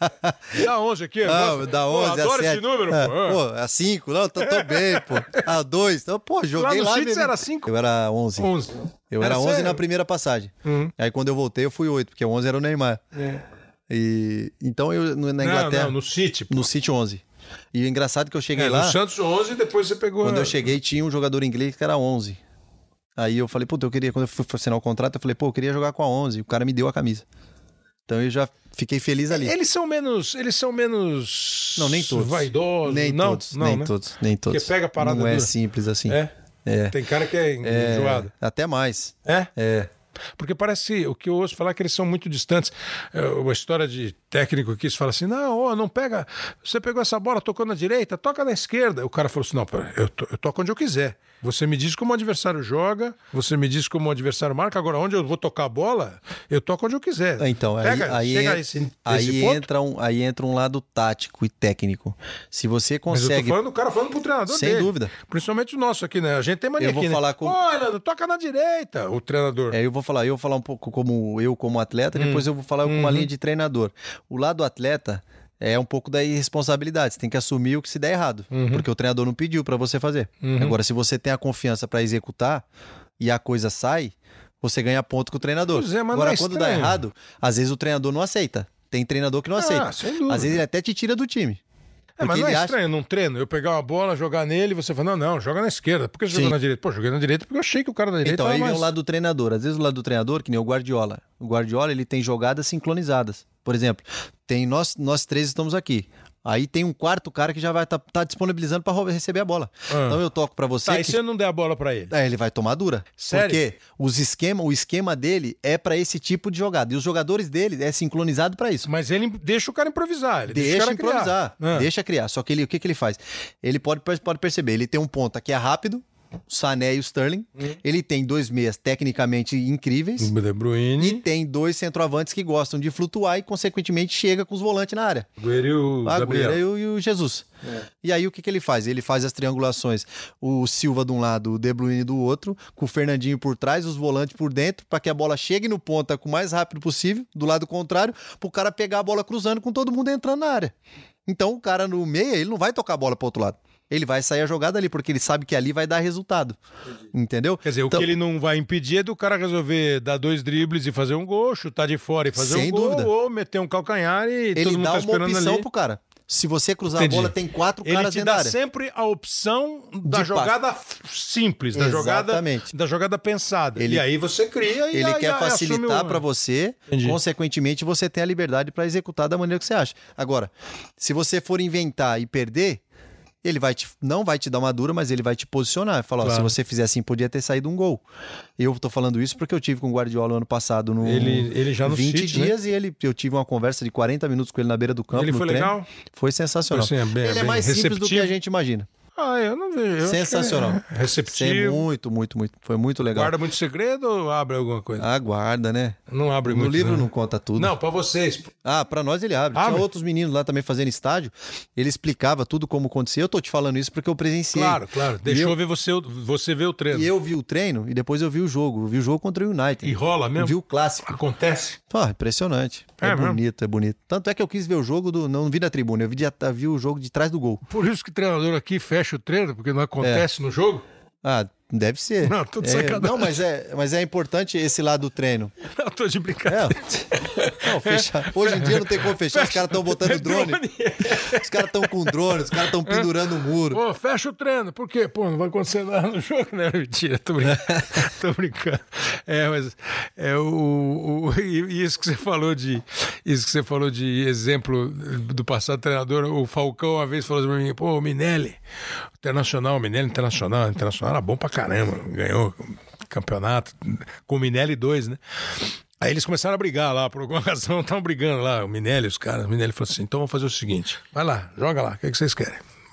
Dá onze aqui. Ah, nossa. dá onze, pô, a adoro sete. esse número, É, pô. pô, a cinco, não, tô, tô bem, pô. A dois, então, pô, joguei Lá no lá. City mesmo. era cinco? Eu era onze. onze. Eu Era era onze sério? na primeira passagem. Uhum. Aí quando eu voltei eu fui oito, porque o onze era o Neymar. É. E, então eu na Inglaterra... Não, não, no City. Pô. No City onze. E o engraçado é que eu cheguei É, lá... no Santos onze, depois você pegou... Quando a... eu cheguei, tinha um jogador inglês que era onze. Aí eu falei, puta, eu queria... Quando eu fui assinar o contrato, eu falei, pô, eu queria jogar com a onze. O cara me deu a camisa. Então eu já fiquei feliz ali. Eles são menos... Eles são menos... Não, nem todos. Vaidosos. Nem não, todos, não, nem né? todos, nem todos. Porque pega a parada Não é dura. simples assim. É? É. Tem cara que é É, enjoado. até mais. É? É. Porque parece, o que eu ouço falar é que eles são muito distantes. É, uma história de técnico que fala assim, não, ó, não pega, você pegou essa bola, tocou na direita, toca na esquerda. O cara falou assim, não, eu, to, eu toco onde eu quiser. Você me diz como o adversário joga, você me diz como o adversário marca, agora onde eu vou tocar a bola, eu toco onde eu quiser. Então, aí, Pega, aí, chega en- a esse, aí esse ponto. entra um, aí entra um lado tático e técnico. Se você Mas eu tô consegue... falando do cara falando pro treinador Sem dele. dúvida. Principalmente o nosso aqui, né? A gente tem mania Eu vou aqui, né? falar com- Olha, toca na direita, o treinador. É, eu vou falar, eu vou falar um pouco como eu como atleta, Hum. depois eu vou falar com uma Uhum. linha de treinador. O lado atleta é um pouco da irresponsabilidade, você tem que assumir o que se der errado, Uhum. porque o treinador não pediu pra você fazer. Uhum. Agora, se você tem a confiança pra executar e a coisa sai, você ganha ponto com o treinador. Pois é, mas Agora, não é quando dá estranho. errado, às vezes o treinador não aceita. Tem treinador que não aceita. Ah, sem dúvida. Às vezes ele até te tira do time. É, mas Porque não é ele acha- estranho num treino eu pegar uma bola, jogar nele e você fala, não, não, joga na esquerda. Por que você Sim. jogou na direita? Pô, joguei na direita porque eu achei que o cara da direita Então, tava aí vem mais... o lado do treinador. Às vezes o lado do treinador, que nem o Guardiola. O Guardiola, ele tem jogadas sincronizadas. Por exemplo, tem nós, nós três estamos aqui. Aí tem um quarto cara que já vai estar tá, tá disponibilizando para receber a bola. Ah. Então eu toco para você. Tá, e que... se eu não der a bola pra ele? É, ele vai tomar dura. Sério? Porque os esquema, o esquema dele é para esse tipo de jogada. E os jogadores dele é sincronizado para isso. Mas ele deixa o cara improvisar. Ele deixa, Deixa o cara improvisar, criar. Ah. deixa criar. Só que ele, o que, que ele faz? Ele pode, pode perceber, ele tem um ponta que é rápido, o Sané e o Sterling. Hum. Ele tem dois meias tecnicamente incríveis. De Bruyne, E tem dois centroavantes que gostam de flutuar e, consequentemente, chega com os volantes na área. Agüero e o O Agüero Gabriel. e o, e o Jesus. E aí o que, que ele faz? Ele faz as triangulações. O Silva de um lado, o De Bruyne do outro, com o Fernandinho por trás, os volantes por dentro, para que a bola chegue no ponta o mais rápido possível, do lado contrário, para o cara pegar a bola cruzando com todo mundo entrando na área. Então o cara no meia, ele não vai tocar a bola para outro lado. Ele vai sair a jogada ali, porque ele sabe que ali vai dar resultado. Entendeu? Quer dizer, Então- o que ele não vai impedir é do cara resolver dar dois dribles e fazer um gol, chutar de fora e fazer Sem um gol, dúvida. ou meter um calcanhar e todo Ele mundo dá tá uma esperando opção ali. pro cara. Se você cruzar Entendi. a bola, tem quatro Ele caras te dentro da dá área. sempre a opção da De jogada f- simples, da jogada, Exatamente. da jogada pensada. Ele- e aí você cria e Ele aí, quer aí facilitar assume o- para você, Entendi. consequentemente você tem a liberdade para executar da maneira que você acha. Agora, se você for inventar e perder, ele vai te, não vai te dar uma dura, mas ele vai te posicionar. Falar, ó, Claro. se você fizer assim, podia ter saído um gol. Eu tô falando isso porque eu tive com o Guardiola ano passado no Ele- ele já no vinte City, né? dias e ele, eu tive uma conversa de quarenta minutos com ele na beira do campo. Ele no foi treino. legal? Foi sensacional. Foi, assim, bem- ele é bem mais simples do que receptivo? a gente imagina. Ah, eu não vejo. eu acho que Sensacional. ele é Isso é receptivo. muito, muito, muito. Foi muito legal. Guarda muito segredo ou abre alguma coisa? Aguarda, né? Não abre No muito. livro né? não conta tudo. Não, pra vocês. Ah, pra nós ele abre. Abre? Tinha outros meninos lá também fazendo estádio. Ele explicava tudo como acontecia. Eu tô te falando isso porque eu presenciei. Claro, claro. E Deixou eu- ver você, você ver o treino. E eu vi o treino e depois eu vi o jogo. Eu vi o jogo contra o United. E rola mesmo? Eu vi o clássico. Acontece. Pô, impressionante. É, É mesmo? bonito, é bonito. Tanto é que eu quis ver o jogo, do, não vi da tribuna, eu vi, de, vi o jogo de trás do gol. Por isso que o treinador aqui fecha o treino, porque não acontece no jogo. Ah, deve ser. Não, tô de é, sacanagem. Não, mas é, mas é importante esse lado do treino. Não, tô de É. brincadeira. Não, fechar. Hoje em dia não tem como fechar, os caras estão botando drone. Os caras estão com drone, os caras estão pendurando o muro. Pô, fecha o treino. Por quê? Pô, não vai acontecer nada no jogo, né? Mentira, tô brincando. tô brincando. É, mas é o, o e, e isso que você falou de isso que você falou de exemplo do passado treinador, o Falcão uma vez falou assim pra mim, pô, o Minelli, internacional, o Minelli internacional, internacional era bom pra caramba, ganhou campeonato com o Minelli dois, né? Aí eles começaram a brigar lá, por alguma razão, estavam brigando lá, o Minelli, os caras. O Minelli falou assim, então vamos fazer o seguinte, vai lá, joga lá, o que, é que vocês querem?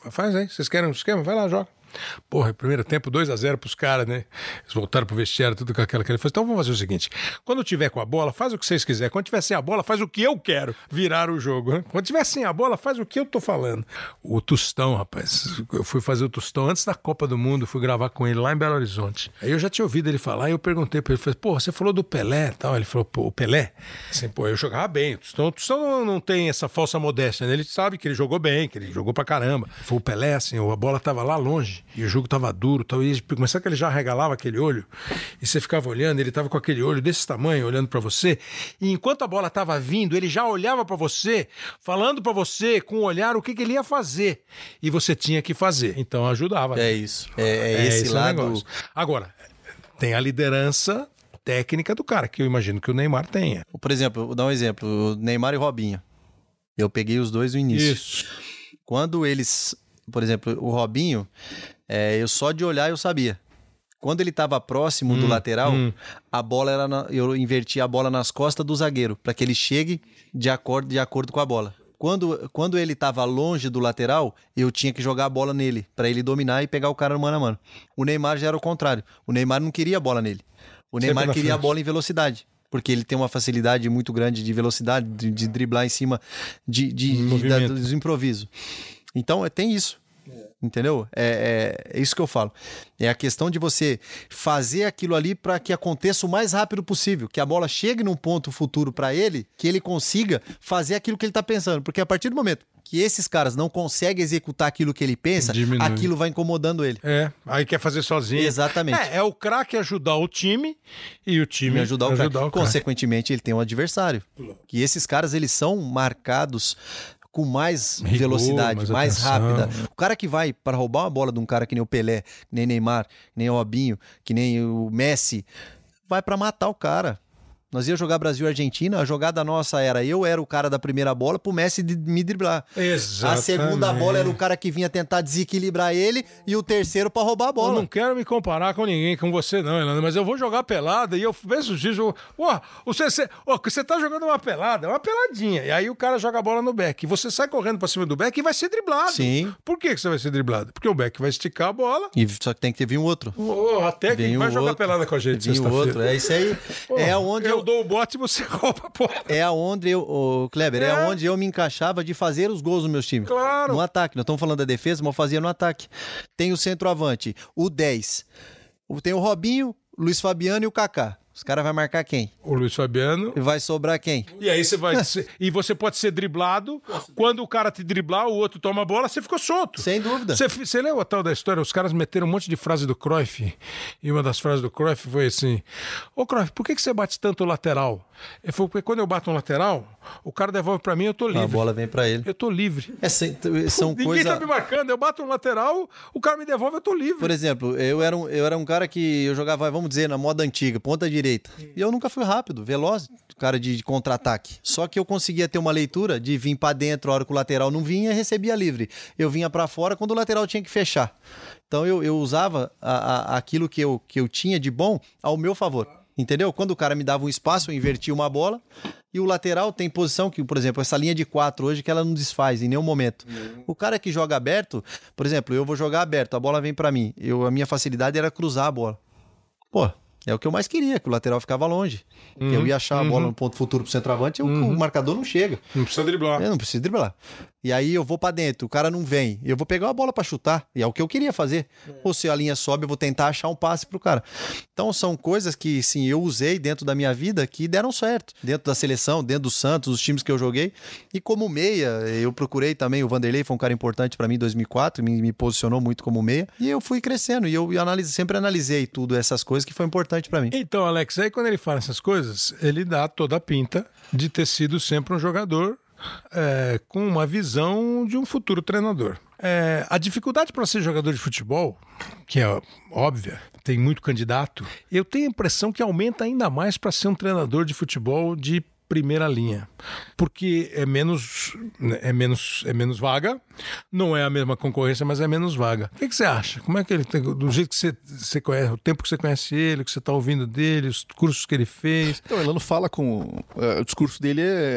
faz aí, vocês querem um esquema? Vai lá, joga. Porra, primeiro tempo dois a zero pros caras, né? Eles voltaram pro vestiário, tudo com aquela que ele falou. Então vamos fazer o seguinte: quando tiver com a bola, faz o que vocês quiserem. Quando tiver sem a bola, faz o que eu quero. Virar o jogo, né? Quando tiver sem a bola, faz o que eu tô falando. O Tostão, rapaz, eu fui fazer o Tostão antes da Copa do Mundo, fui gravar com ele lá em Belo Horizonte. Aí eu já tinha ouvido ele falar e eu perguntei pra ele, falei, pô, você falou do Pelé e tal. Ele falou, pô, o Pelé? Assim, pô, eu jogava bem. O Tostão, o Tostão não, não tem essa falsa modéstia, né? Ele sabe que ele jogou bem, que ele jogou pra caramba. Foi o Pelé, assim, a bola tava lá longe e o jogo tava duro, tal, e começou que ele já regalava aquele olho e você ficava olhando, ele tava com aquele olho desse tamanho, olhando pra você, e enquanto a bola tava vindo, ele já olhava pra você, falando pra você com o olhar o que, que ele ia fazer, e você tinha que fazer, então ajudava. É isso, é, é, é esse, esse lado. Negócio. Agora, tem a liderança técnica do cara, que eu imagino que o Neymar tenha. Por exemplo, vou dar um exemplo, o Neymar e o Robinho, eu peguei os dois no início. Isso. Quando eles, por exemplo, o Robinho, É, eu só de olhar eu sabia. Quando ele estava próximo hum, do lateral, hum. a bola era na, eu invertia a bola nas costas do zagueiro, para que ele chegue de acordo, de acordo com a bola. Quando, quando ele estava longe do lateral, eu tinha que jogar a bola nele, para ele dominar e pegar o cara no mano a mano. O Neymar já era o contrário. O Neymar não queria a bola nele. O Neymar queria frente. a bola em velocidade. Porque ele tem uma facilidade muito grande de velocidade, de, de driblar em cima de, de, de, da, dos improvisos. Então, é, tem isso. Entendeu? É, é, é isso que eu falo. É a questão de você fazer aquilo ali para que aconteça o mais rápido possível, que a bola chegue num ponto futuro para ele, que ele consiga fazer aquilo que ele está pensando. Porque a partir do momento que esses caras não conseguem executar aquilo que ele pensa, Diminui. aquilo vai incomodando ele. É, aí quer fazer sozinho. Exatamente. É, é o craque ajudar o time e o time ajudar o, ajudar o Consequentemente, ele tem um adversário. Que esses caras, eles são marcados com mais Rigor, velocidade, mais, mais rápida. O cara que vai para roubar uma bola de um cara que nem o Pelé, que nem Neymar, que nem o Robinho, que nem o Messi, vai para matar o cara. Nós ia jogar Brasil e Argentina, a jogada nossa era, eu era o cara da primeira bola pro Messi me driblar. Exatamente. A segunda bola era o cara que vinha tentar desequilibrar ele e o terceiro pra roubar a bola. Eu não quero me comparar com ninguém, com você não, Elano, mas eu vou jogar pelada e eu penso disso, ó, você, você, ó, você tá jogando uma pelada, é uma peladinha, e aí o cara joga a bola no back, e você sai correndo pra cima do back e vai ser driblado. Sim. Por que que você vai ser driblado? Porque o back vai esticar a bola. E só que tem que ter vir um outro. Oh, até que vai jogar outro, pelada com a gente sexta-feira. outro, é isso aí. Oh, é onde eu... eu... Eu dou o bote e você rouba a bola. É aonde eu, oh, Kleber, é. é aonde eu me encaixava de fazer os gols nos meus times. Claro. No ataque. Nós estamos falando da defesa, mas eu fazia no ataque. Tem o centroavante, o dez. Tem o Robinho, Luiz Fabiano e o Kaká. Os caras vão marcar quem? O Luiz Fabiano. E vai sobrar quem? E aí você vai... ser... E você pode ser driblado. Quando o cara te driblar, o outro toma a bola, você ficou solto. Sem dúvida. Você, você leu a tal da história? Os caras meteram um monte de frase do Cruyff. E uma das frases do Cruyff foi assim: Ô Cruyff, por que que você bate tanto o lateral? Ele falou, porque quando eu bato um lateral, o cara devolve pra mim, eu tô livre. A bola vem pra ele. Eu tô livre. É, são Ninguém coisa... tá me marcando. Eu bato um lateral, o cara me devolve, eu tô livre. Por exemplo, eu era um, eu era um cara que eu jogava, vamos dizer, na moda antiga, ponta direita. E eu nunca fui rápido, veloz, cara de, de contra-ataque. Só que eu conseguia ter uma leitura de vir pra dentro a hora que o lateral não vinha, recebia livre. Eu vinha pra fora quando o lateral tinha que fechar. Então eu, eu usava a, a, aquilo que eu, que eu tinha de bom ao meu favor. Entendeu? Quando o cara me dava um espaço, eu invertia uma bola e o lateral tem posição que, por exemplo, essa linha de quatro hoje que ela não desfaz em nenhum momento. Uhum. O cara que joga aberto, por exemplo, eu vou jogar aberto, a bola vem pra mim. Eu, a minha facilidade era cruzar a bola. Pô, é o que eu mais queria, que o lateral ficava longe. Uhum. Eu ia achar a bola uhum. no ponto futuro pro centroavante e uhum. o marcador não chega. Não precisa driblar. Eu não preciso driblar. E aí eu vou pra dentro, o cara não vem. Eu vou pegar a bola pra chutar. E é o que eu queria fazer. É. Ou se a linha sobe, eu vou tentar achar um passe pro cara. Então são coisas que, sim, eu usei dentro da minha vida que deram certo. Dentro da seleção, dentro do Santos, os times que eu joguei. E como meia, eu procurei também, o Vanderlei foi um cara importante pra mim em dois mil e quatro, me, me posicionou muito como meia. E eu fui crescendo. E eu analise, sempre analisei tudo, essas coisas que foi importante pra mim. Então, Alex, aí quando ele fala essas coisas, ele dá toda a pinta de ter sido sempre um jogador É, com uma visão de um futuro treinador. É, a dificuldade para ser jogador de futebol, que é óbvia, tem muito candidato, eu tenho a impressão que aumenta ainda mais para ser um treinador de futebol de primeira linha, porque é menos, é menos, é menos vaga, não é a mesma concorrência, mas é menos vaga. O que, que você acha? Como é que ele tem, do jeito que você, você conhece, o tempo que você conhece ele, o que você está ouvindo dele, os cursos que ele fez? Então, o Elano fala com... Uh, o discurso dele é,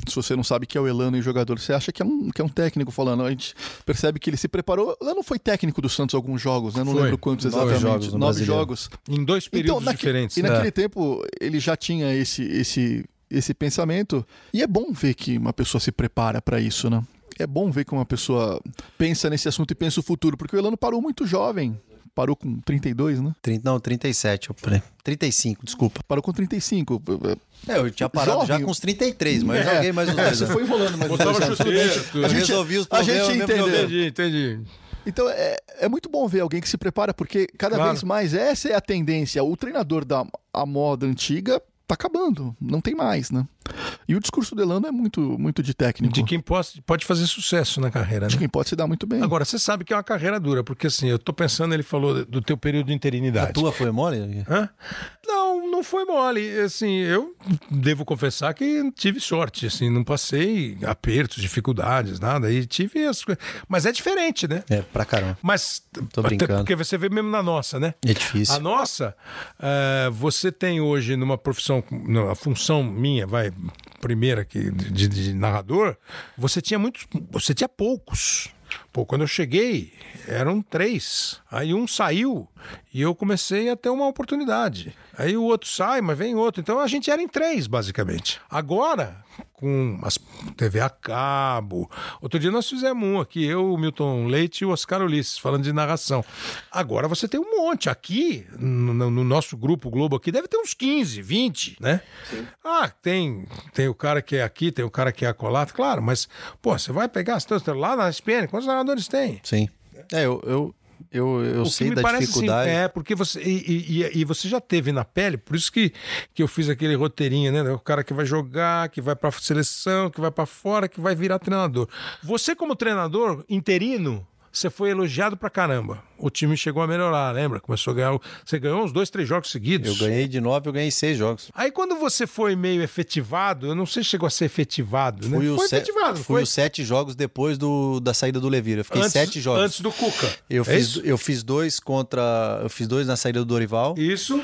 Se você não sabe que é o Elano e jogador, você acha que é um, que é um técnico falando. A gente percebe que ele se preparou. O Elano foi técnico do Santos alguns jogos, né? Não Foi. lembro quantos Nove exatamente. jogos no Nove Brasileiro. jogos. Em dois períodos Então, naque- diferentes. E né? naquele tempo ele já tinha esse, esse, esse pensamento. E é bom ver que uma pessoa se prepara para isso, né? É bom ver que uma pessoa pensa nesse assunto e pensa o futuro, porque o Elano parou muito jovem. Parou com trinta e dois, né? trinta, não, trinta e sete. Eu, pre- trinta e cinco, desculpa. Parou com trinta e cinco. É, eu tinha parado Jovem. já com os trinta e três, mas eu É, joguei mais uns é, dois você anos. foi enrolando mais uns Botava dois anos. chuteira, Tudo bem. tudo. A gente, Resolvi os a problemas gente mesmo entendeu. jogando. Entendi, entendi. Então é, é muito bom ver alguém que se prepara, porque cada Claro. vez mais essa é a tendência. O treinador da a moda antiga tá acabando, não tem mais, né? E o discurso do Elano é muito, muito de técnico. De quem pode, pode fazer sucesso na carreira, De né? quem pode se dar muito bem. Agora, você sabe que é uma carreira dura, porque assim, eu tô pensando, ele falou do teu período de A interinidade. tua foi mole? Hã? Não, não foi mole. Assim, eu devo confessar que tive sorte, assim, não passei apertos, dificuldades, nada. E tive as coisas. Mas é diferente, né? É, pra caramba. Mas Tô até brincando. porque você vê mesmo na nossa, né? É difícil. A nossa, eh, você tem hoje numa profissão, na função minha, vai, primeira aqui de, de narrador, você tinha muitos, você tinha poucos. Pô, quando eu cheguei, eram três. Aí um saiu e eu comecei a ter uma oportunidade. Aí o outro sai, mas vem outro. Então a gente era em três, basicamente. Agora, com as T V a cabo. Outro dia nós fizemos um aqui, eu, o Milton Leite e o Oscar Ulisses, falando de narração. Agora você tem um monte. Aqui, no, no nosso grupo Globo aqui, deve ter uns quinze, vinte, né? Sim. Ah, tem, tem o cara que é aqui, tem o cara que é acolá, claro, mas, pô, você vai pegar as tuas- lá na S P N, quantos narradores tem? Sim. É, eu, eu, eu, eu O que sei me da parece, dificuldade. assim, é, porque você. E, e- e você já teve na pele, por isso que, que eu fiz aquele roteirinho, né? O cara que vai jogar, que vai pra seleção, que vai pra fora, que vai virar treinador. Você, como treinador interino, você foi elogiado pra caramba. O time chegou a melhorar, lembra? Começou a ganhar. Você ganhou uns dois, três jogos seguidos. Eu ganhei de nove, eu ganhei seis jogos. Aí quando você foi meio efetivado, eu não sei se chegou a ser efetivado, né? Fui, Foi os se- efetivado, fui foi. os sete jogos depois do, da saída do Levir. Eu fiquei Antes- sete jogos. Antes do Cuca. Eu, É fiz, isso? eu fiz dois contra. Eu fiz dois na saída do Dorival. Isso.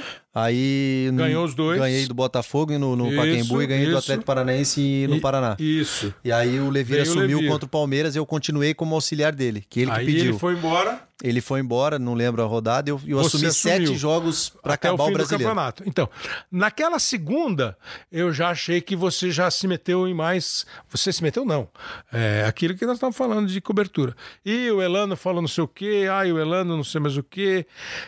Aí. Ganhou os dois. Ganhei do Botafogo no, no Isso, Pacaembu e ganhei do isso. Atlético Paranaense e no E- Paraná. Isso. E aí o Levir Veio o assumiu Levir. contra o Palmeiras e eu continuei como auxiliar dele, que ele que Aí pediu. ele foi embora. Ele foi embora, não lembro a rodada, eu, eu Você assumi assumiu. sete jogos para Até acabar o o, fim do brasileiro. campeonato. Então, naquela segunda, eu já achei que você já se meteu em mais. Você se meteu, não. É aquilo que nós estávamos falando de cobertura. E o Elano falou não sei o quê, ah, e o Elano não sei mais o quê.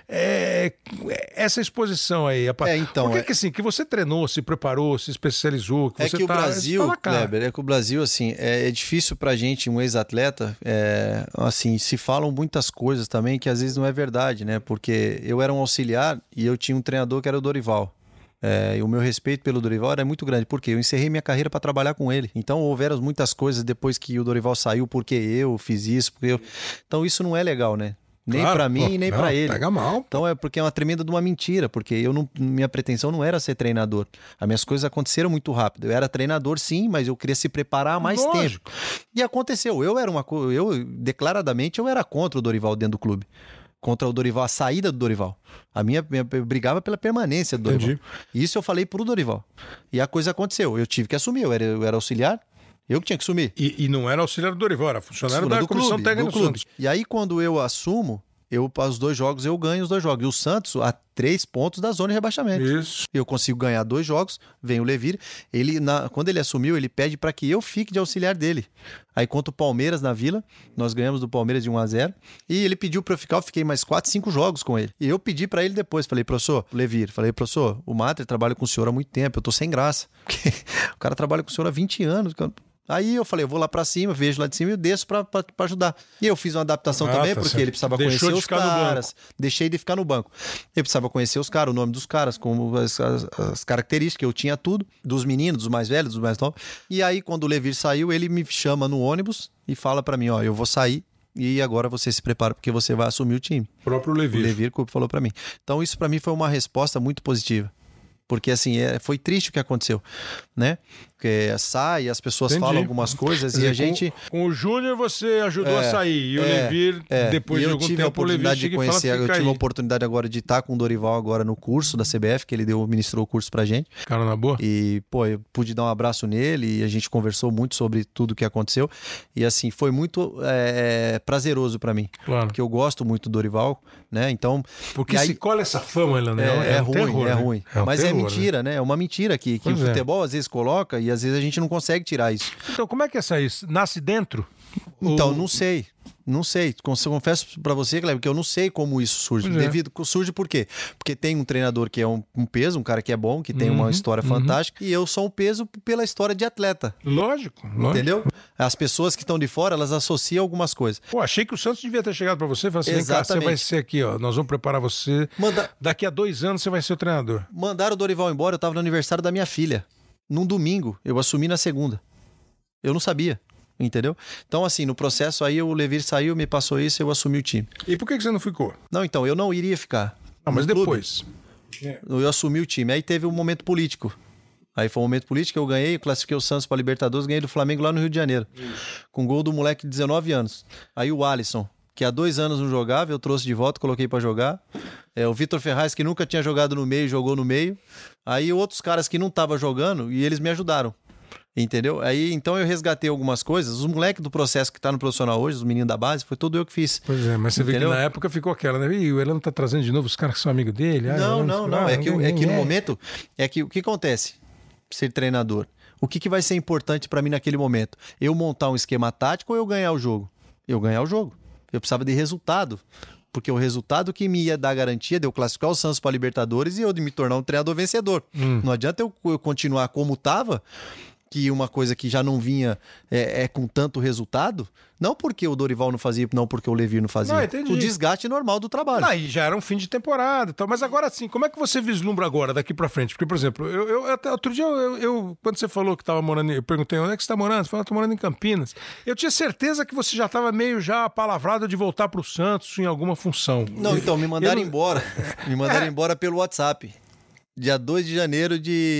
É, essa exposição aí. A... É, então, Por que, é- que assim, que você treinou, se preparou, se especializou? Que É você que o tá, Brasil, tá na cara. Kleber, é que o Brasil, assim, é, é difícil pra gente, um ex-atleta, é, assim, se falam muitas coisas também que às vezes não é verdade, né? Porque eu era um auxiliar e eu tinha um treinador que era o Dorival. É, e o meu respeito pelo Dorival era muito grande, porque eu encerrei minha carreira para trabalhar com ele. Então houveram muitas coisas depois que o Dorival saiu, porque eu fiz isso, porque eu... Então isso não é legal, né? Nem Claro, pra mim, pô, nem não, pra ele. Pega mal. Então é porque é uma tremenda de uma mentira, porque eu não, minha pretensão não era ser treinador. As minhas coisas aconteceram muito rápido. Eu era treinador, sim, mas eu queria se preparar há mais Lógico. tempo. E aconteceu. Eu era uma co- eu declaradamente eu era contra o Dorival dentro do clube. Contra o Dorival, a saída do Dorival. A minha, minha eu brigava pela permanência do Dorival. Entendi. Isso eu falei pro Dorival. E a coisa aconteceu. Eu tive que assumir. Eu era, eu era auxiliar. Eu que tinha que assumir. E, e não era auxiliar do Dorival, era funcionário da do Comissão clube, Técnica do do clube. Santos. E aí, quando eu assumo, eu, os dois jogos, eu ganho os dois jogos. E o Santos, a três pontos da zona de rebaixamento. Isso. Eu consigo ganhar dois jogos, vem o Levir. Ele, na, quando ele assumiu, ele pede para que eu fique de auxiliar dele. Aí contra o Palmeiras na Vila, nós ganhamos do Palmeiras de um a zero. E ele pediu para eu ficar, eu fiquei mais quatro, cinco jogos com ele. E eu pedi para ele depois, falei, professor, Levir, falei, professor, o Mater trabalha com o senhor há muito tempo, eu tô sem graça. Porque o cara trabalha com o senhor há vinte anos, Aí eu falei, eu vou lá pra cima, vejo lá de cima e eu desço pra, pra, pra ajudar. E eu fiz uma adaptação Ah, também, tá porque certo. ele precisava Deixou conhecer de os ficar no caras. Deixei de ficar no banco. Ele precisava conhecer os caras, o nome dos caras, como as, as, as características, eu tinha tudo, dos meninos, dos mais velhos, dos mais novos. E aí, quando o Levir saiu, ele me chama no ônibus e fala pra mim, ó, eu vou sair e agora você se prepara porque você vai assumir o time. O próprio O Levir. Levir falou pra mim. Então isso pra mim foi uma resposta muito positiva. Porque assim, é, foi triste o que aconteceu, né? que sai, as pessoas Entendi. falam algumas coisas Quer e dizer, a gente... Com, com o Júnior você ajudou É, a sair, e o é, Levir, é. depois E de eu algum tive tempo, a oportunidade o Levir de conhecer, chega e fala, eu fica tive a aí. oportunidade agora de estar com o Dorival agora no curso da C B F, que ele deu, ministrou o curso pra gente. Cara, na boa? E, pô, eu pude dar um abraço nele e a gente conversou muito sobre tudo que aconteceu. E, assim, foi muito é, prazeroso pra mim. Claro. Porque eu gosto muito do Dorival, né? Então... Porque e aí- se colhe essa fama, Elano, É, é, é um ruim, terror, é né? ruim. É um Mas terror, é mentira, né? É uma mentira que, que o Pois é. futebol às vezes coloca e às vezes a gente não consegue tirar isso. Então, como é que é essa isso? Nasce dentro? Então, Ou- não sei. Não sei. Conf- Confesso pra você, Cleber, que eu não sei como isso surge. Pois é. Devido, surge por quê? Porque tem um treinador que é um, um peso, um cara que é bom, que tem Uhum, uma história fantástica, e eu sou um peso pela história de atleta. Lógico, lógico. Entendeu? As pessoas que estão de fora, elas associam algumas coisas. Pô, achei que o Santos devia ter chegado pra você e falado assim, vem cá, você Exatamente. vai ser aqui, ó, nós vamos preparar você, Manda... daqui a dois anos você vai ser o treinador. Mandaram o Dorival embora, eu tava no aniversário da minha filha. Num domingo, eu assumi na segunda. Eu não sabia. Entendeu? Então, assim, no processo aí o Levir saiu, me passou isso e eu assumi o time. E por que que você não ficou? Não, então, eu não iria ficar. Não, mas no clube. depois. Eu assumi o time. Aí teve um momento político. Aí foi um momento político, eu ganhei, eu classifiquei o Santos para Libertadores, ganhei do Flamengo lá no Rio de Janeiro. Isso. Com gol do moleque de dezenove anos. Aí o Alisson, que há dois anos não jogava, eu trouxe de volta, coloquei para jogar. É, o Vitor Ferraz, que nunca tinha jogado no meio, jogou no meio. Aí outros caras que não estavam jogando e eles me ajudaram. Entendeu? Aí então eu resgatei algumas coisas. Os moleques do processo que tá no profissional hoje, os meninos da base, foi tudo eu que fiz. Pois é, mas você Entendeu? vê que na época ficou aquela, né? Ih, o Elano tá trazendo de novo os caras que são amigos dele. Ah, Não, Elano, não, ah, não. É que, é que no é. momento, é que o que acontece? Ser treinador. O que, que vai ser importante pra mim naquele momento? Eu montar um esquema tático ou eu ganhar o jogo? Eu ganhar o jogo. Eu precisava de resultado. Porque o resultado que me ia dar garantia de eu classificar o Santos para Libertadores e eu de me tornar um treinador vencedor. Hum. Não adianta eu, eu continuar como estava, que uma coisa que já não vinha é, é com tanto resultado, não porque o Dorival não fazia, não porque o Levir não fazia. Não, entendi. O desgaste normal do trabalho. Aí já era um fim de temporada e tal. Mas agora sim, como é que você vislumbra agora, daqui pra frente? Porque, por exemplo, eu, eu até outro dia, eu, eu- quando você falou que tava morando, em- eu perguntei onde é que você tá morando? Você falou, eu tô morando em Campinas. Eu tinha certeza que você já tava meio já apalavrado de voltar pro Santos em alguma função. Não, então, me mandaram Eu não- embora. Me mandaram embora pelo WhatsApp. Dia dois de janeiro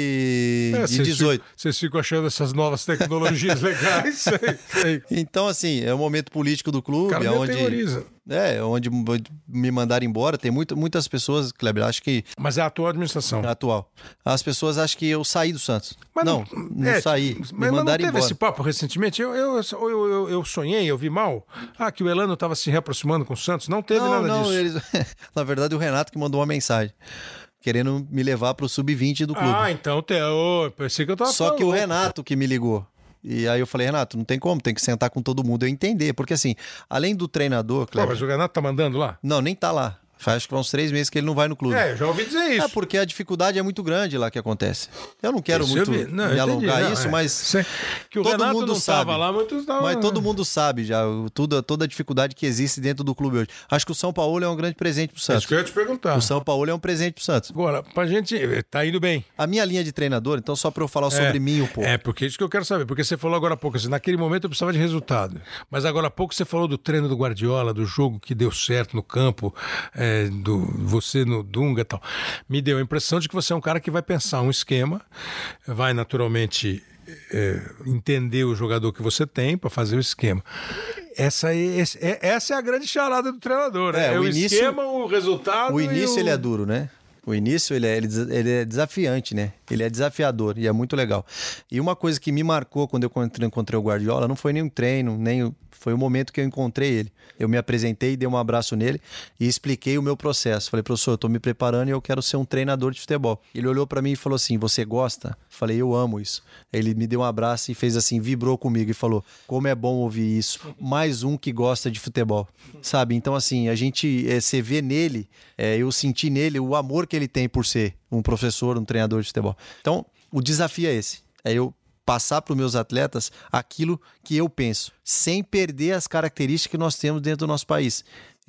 de, É, de vocês dezoito. ficam- Vocês ficam achando essas novas tecnologias legais. Sei, sei. Então, assim, é o momento político do O clube, cara me onde, aterroriza. é, onde me mandaram embora. Tem muito, muitas pessoas, Kleber, acho que Mas é a atual administração. é atual. As pessoas acham que eu saí do Santos. Mas não, não, é, saí. Mas, Me mas não mandaram teve embora. esse papo recentemente? Eu, eu, eu, eu, eu sonhei, eu vi mal. Ah, que o Elano estava se reaproximando com o Santos. Não teve não, nada não, disso. eles... Na verdade, o Renato que mandou uma mensagem. Querendo me levar pro sub vinte do clube. Ah, então tem. Oh, pensei que eu tava Só falando que o louco. Renato que me ligou. E aí eu falei, Renato, não tem como, tem que sentar com todo mundo e eu entender. Porque assim, além do treinador, Pô, Kleber... mas o Renato tá mandando lá? Não, nem tá lá. Faz acho que faz uns três meses que ele não vai no clube. É, eu já ouvi dizer isso. É porque a dificuldade é muito grande lá que acontece. Eu não quero Isso muito eu vi. Não, me eu entendi. alongar Não, isso, é. mas Sei. Que o todo Renato mundo não sabe. tava lá, muitos estavam... Mas todo mundo sabe já o- tudo, toda a dificuldade que existe dentro do clube hoje. Acho que o São Paulo é um grande presente pro É Santos. isso que eu ia te perguntar. O São Paulo é um presente pro Santos. Agora, pra gente... Tá indo bem. A minha linha de treinador, então só para eu falar sobre mim um pouco. É, porque é isso que eu quero saber. Porque você falou agora há pouco, assim, naquele momento eu precisava de resultado. Mas agora há pouco você falou do treino do Guardiola, do jogo que deu certo no campo, é, do você no Dunga e tal. Me deu a impressão de que você é um cara que vai pensar um esquema, vai naturalmente é, entender o jogador que você tem para fazer o esquema. Essa é, esse- é- essa é a grande charada do treinador, né? É, É, o o, início- esquema, o resultado. O e início o... ele é duro, né? O início ele é, ele des- ele é desafiante, né? Ele é desafiador e é muito legal. E uma coisa que me marcou quando eu encontrei, encontrei o Guardiola não foi nem um treino, nem o- foi o momento que eu encontrei ele. Eu me apresentei, dei um abraço nele e expliquei o meu processo. Falei, professor, eu tô me preparando e eu quero ser um treinador de futebol. Ele olhou pra mim e falou assim, você gosta? Falei, eu amo isso. Ele me deu um abraço e fez assim, vibrou comigo e falou, como é bom ouvir isso. Mais um que gosta de futebol, sabe? Então assim, a gente, é, você vê nele, é, eu senti nele o amor que ele tem por ser um professor, um treinador de futebol. Então, o desafio é esse. É eu passar para os meus atletas aquilo que eu penso, sem perder as características que nós temos dentro do nosso país.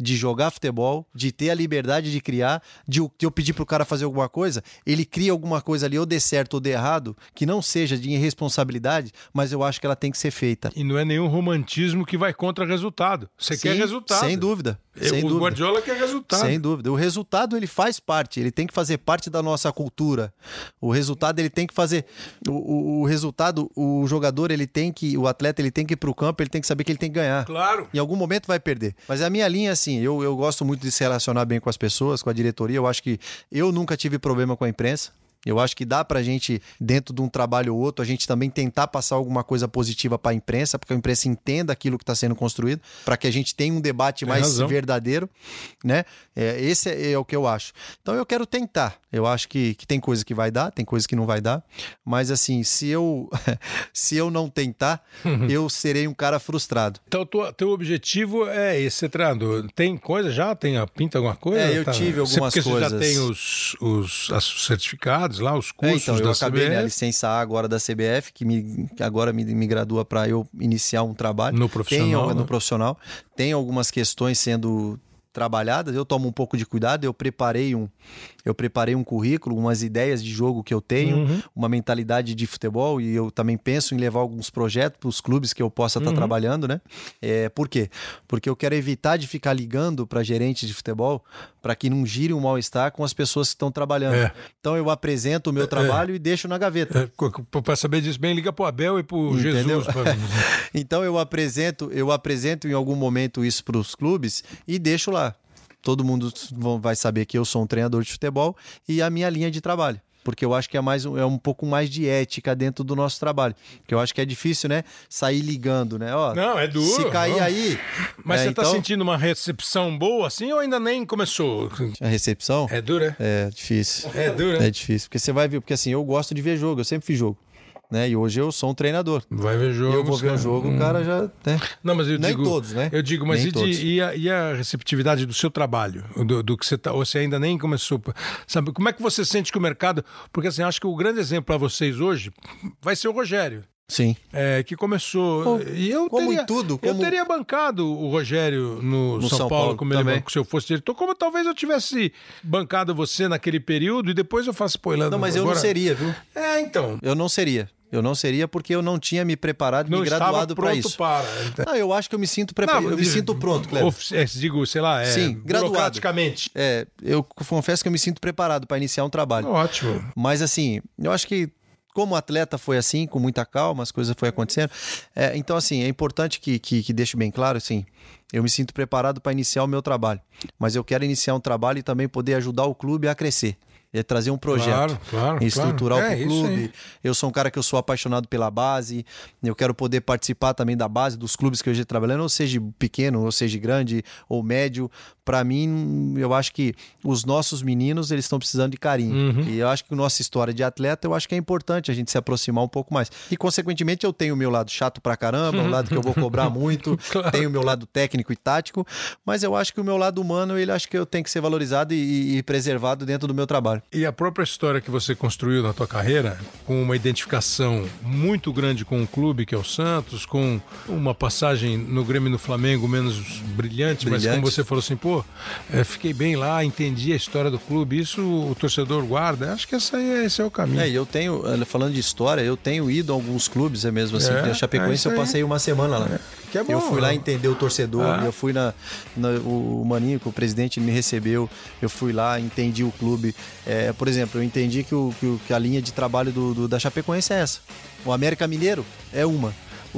de jogar futebol, de ter a liberdade de criar, de eu pedir pro cara fazer alguma coisa, ele cria alguma coisa ali, ou dê certo ou dê errado, que não seja de irresponsabilidade, mas eu acho que ela tem que ser feita. E não é nenhum romantismo que vai contra resultado. Você Sim, quer resultado. Sem dúvida. Sem o dúvida. Guardiola quer resultado. Sem dúvida. O resultado, ele faz parte, ele tem que fazer parte da nossa cultura. O resultado, ele tem que fazer... O, o, o resultado, o jogador, ele tem que... O atleta, ele tem que ir pro campo, ele tem que saber que ele tem que ganhar. Claro. Em algum momento vai perder. Mas a minha linha, assim, eu, eu gosto muito de se relacionar bem com as pessoas, com a diretoria. Eu acho que eu nunca tive problema com a imprensa. Eu acho que dá pra gente, dentro de um trabalho ou outro, a gente também tentar passar alguma coisa positiva pra imprensa, porque a imprensa entenda aquilo que está sendo construído, para que a gente tenha um debate Tem mais razão. verdadeiro, né? É, esse é, é o que eu acho. Então eu quero tentar. Eu acho que, que tem coisa que vai dar, tem coisa que não vai dar, mas assim, se eu, se eu não tentar, eu serei um cara frustrado. Então, tua, teu objetivo é esse, ser treinador. Tem coisa já? Tem a pinta alguma coisa? É, eu Tá- tive algumas Porque coisas. Você já tem os, os, os certificados lá, os É, cursos então, eu da acabei C B né, a F, licença A agora da C B F, que, me, que agora me, me gradua para eu iniciar um trabalho. No profissional, Tem, né? No profissional. Tem algumas questões sendo trabalhadas, eu tomo um pouco de cuidado, eu preparei um, eu preparei um currículo, umas ideias de jogo que eu tenho, Uhum. uma mentalidade de futebol, e eu também penso em levar alguns projetos para os clubes que eu possa estar Uhum. trabalhando, né? É, por quê? Porque eu quero evitar de ficar ligando para gerentes de futebol para que não gire um mal-estar com as pessoas que estão trabalhando. É. Então eu apresento o meu trabalho e deixo na gaveta. É, para saber disso bem, liga pro Abel e pro Entendeu? Jesus. Pra... Então eu apresento, eu apresento em algum momento isso para os clubes e deixo lá. Todo mundo vai saber que eu sou um treinador de futebol e a minha linha de trabalho. Porque eu acho que é, mais, é um pouco mais de ética dentro do nosso trabalho. Porque eu acho que é difícil, né? Sair ligando, né? Ó, Não, é duro. Se cair não. aí... Mas é, você então, tá sentindo uma recepção boa assim ou ainda nem começou? a recepção É dura? é difícil. É dura? É difícil. Porque você vai ver... Porque assim, eu gosto de ver jogo. Eu sempre fiz jogo. Né? E hoje eu sou um treinador. Vai ver jogo. Eu vou ver um jogo, o cara já... Né? Não, mas eu Nem digo, todos, né? Eu digo, mas Nem e, de- todos. e a, e a receptividade do seu trabalho? Do, do que você tá, ou você ainda nem começou? Sabe, como é que você sente que o mercado... Porque assim, acho que o grande exemplo para vocês hoje vai ser o Rogério. Sim. É, que começou. Como- e eu como teria, em tudo, Eu como- teria bancado o Rogério no, No São, São Paulo, Paulo como ele também. bancou, se eu fosse diretor, como talvez eu tivesse bancado você naquele período e depois eu faço, pô, Elano, Não, mas eu agora... não seria, viu? É, então. Eu não seria. Eu não seria porque eu não tinha me preparado, Não me estava graduado para pronto isso. para. Não, eu acho que eu me sinto preparado. Eu me digo, sinto pronto, Cleber. of- é, digo, sei lá, é, Sim, graduado. burocraticamente. É, eu confesso que eu me sinto preparado para iniciar um trabalho. Ótimo. Mas assim, eu acho que como atleta foi assim, com muita calma, as coisas foram acontecendo. É, então, assim, é importante que, que, que deixe bem claro, assim, eu me sinto preparado para iniciar o meu trabalho. Mas eu quero iniciar um trabalho e também poder ajudar o clube a crescer. É trazer um projeto, Claro, claro, estruturar claro. o É, isso clube. aí. Eu sou um cara que eu sou apaixonado pela base, eu quero poder participar também da base dos clubes que eu já trabalhando, ou seja pequeno, ou seja grande, ou médio. Para mim, eu acho que os nossos meninos, eles estão precisando de carinho. Uhum. E eu acho que a nossa história de atleta, eu acho que é importante a gente se aproximar um pouco mais. E, consequentemente, eu tenho o meu lado chato pra caramba, o lado que eu vou cobrar muito, Claro. tenho o meu lado técnico e tático, mas eu acho que o meu lado humano, ele acho que eu tenho que ser valorizado e, e preservado dentro do meu trabalho. E a própria história que você construiu na tua carreira, com uma identificação muito grande com o clube, que é o Santos, com uma passagem no Grêmio e no Flamengo menos brilhante, mas Brilhante. como você falou assim, pô, é, fiquei bem lá, entendi a história do clube, isso o torcedor guarda. Acho que essa aí, esse é o caminho. É, e eu tenho, falando de história, eu tenho ido a alguns clubes, é mesmo assim, É, a é Chapecoense isso eu aí. passei uma semana lá. Que é bom, eu fui lá né? entender o torcedor, Ah. eu fui na, na- o Maninho, que o presidente me recebeu, eu fui lá, entendi o clube. É, por exemplo, eu entendi que, o, que, o- que a linha de trabalho do, do- da Chapecoense é essa. O América Mineiro é uma.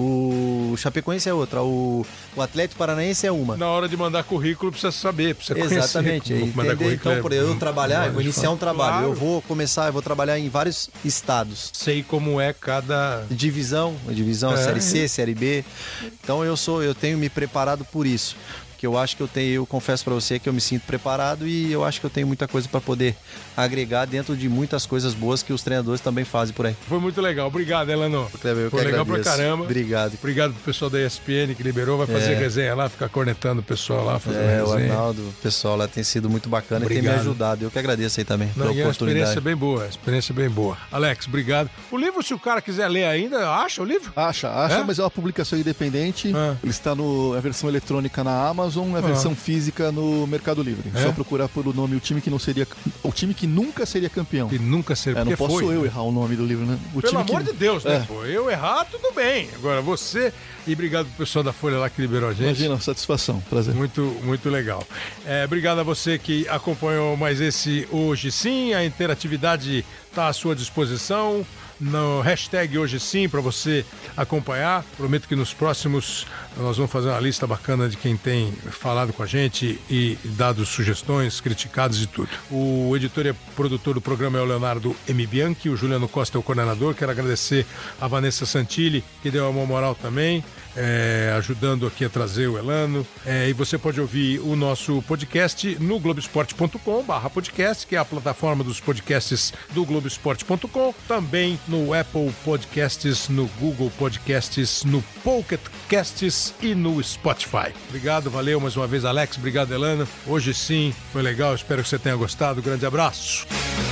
O Chapecoense é outra. O, o Atlético Paranaense é uma. Na hora de mandar currículo, precisa saber, precisa Exatamente. conhecer. como mandar Entender, currículo então, por é- eu trabalhar, eu vou iniciar um trabalho. Claro. Eu vou começar, eu vou trabalhar em vários estados. Sei como é cada... Divisão, divisão, É. série C, série B. Então eu sou, eu tenho me preparado por isso. Porque eu acho que eu tenho, eu confesso pra você que eu me sinto preparado e eu acho que eu tenho muita coisa pra poder agregar dentro de muitas coisas boas que os treinadores também fazem por aí. Foi muito legal. Obrigado, Elano. Kleber, eu Foi que legal pra agradeço. caramba. Obrigado. Obrigado pro pessoal da E S P N que liberou, vai fazer É. resenha lá, ficar cornetando o pessoal lá, fazendo É, o resenha. Arnaldo, o pessoal lá tem sido muito bacana e tem Obrigado. me ajudado. Eu que agradeço aí também Não, pela e a experiência é oportunidade. bem boa, a experiência é bem boa. Alex, obrigado. O livro, se o cara quiser ler ainda, acha o livro? Acha, acha, É? mas é uma publicação independente. Ah. Ele está no a versão eletrônica na Amazon. Amazon a versão física no Mercado Livre. É? Só procurar pelo nome o time que não seria, o time que nunca seria campeão. Que nunca seria, é, não porque posso foi, eu né? errar o nome do livro, né? O Pelo time amor que... de Deus, né, É. pô? Eu errar, tudo bem. Agora, você, e obrigado pro pessoal da Folha lá que liberou a gente. Imagina, satisfação, prazer. Muito, muito legal. É, obrigado a você que acompanhou mais esse Hoje Sim. A interatividade está à sua disposição no hashtag Hoje Sim para você acompanhar. Prometo que nos próximos nós vamos fazer uma lista bacana de quem tem falado com a gente e dado sugestões, criticados e tudo. O editor e produtor do programa é o Leonardo M. Bianchi, o Juliano Costa é o coordenador. Quero agradecer a Vanessa Santilli, que deu uma moral também, é, ajudando aqui a trazer o Elano. É, e você pode ouvir o nosso podcast no globesport ponto com barra podcast, que é a plataforma dos podcasts do globesport ponto com, também no Apple Podcasts, no Google Podcasts, no Pocket Casts e no Spotify. Obrigado, valeu mais uma vez, Alex. Obrigado, Elana. Hoje sim, foi legal. Espero que você tenha gostado. Grande abraço.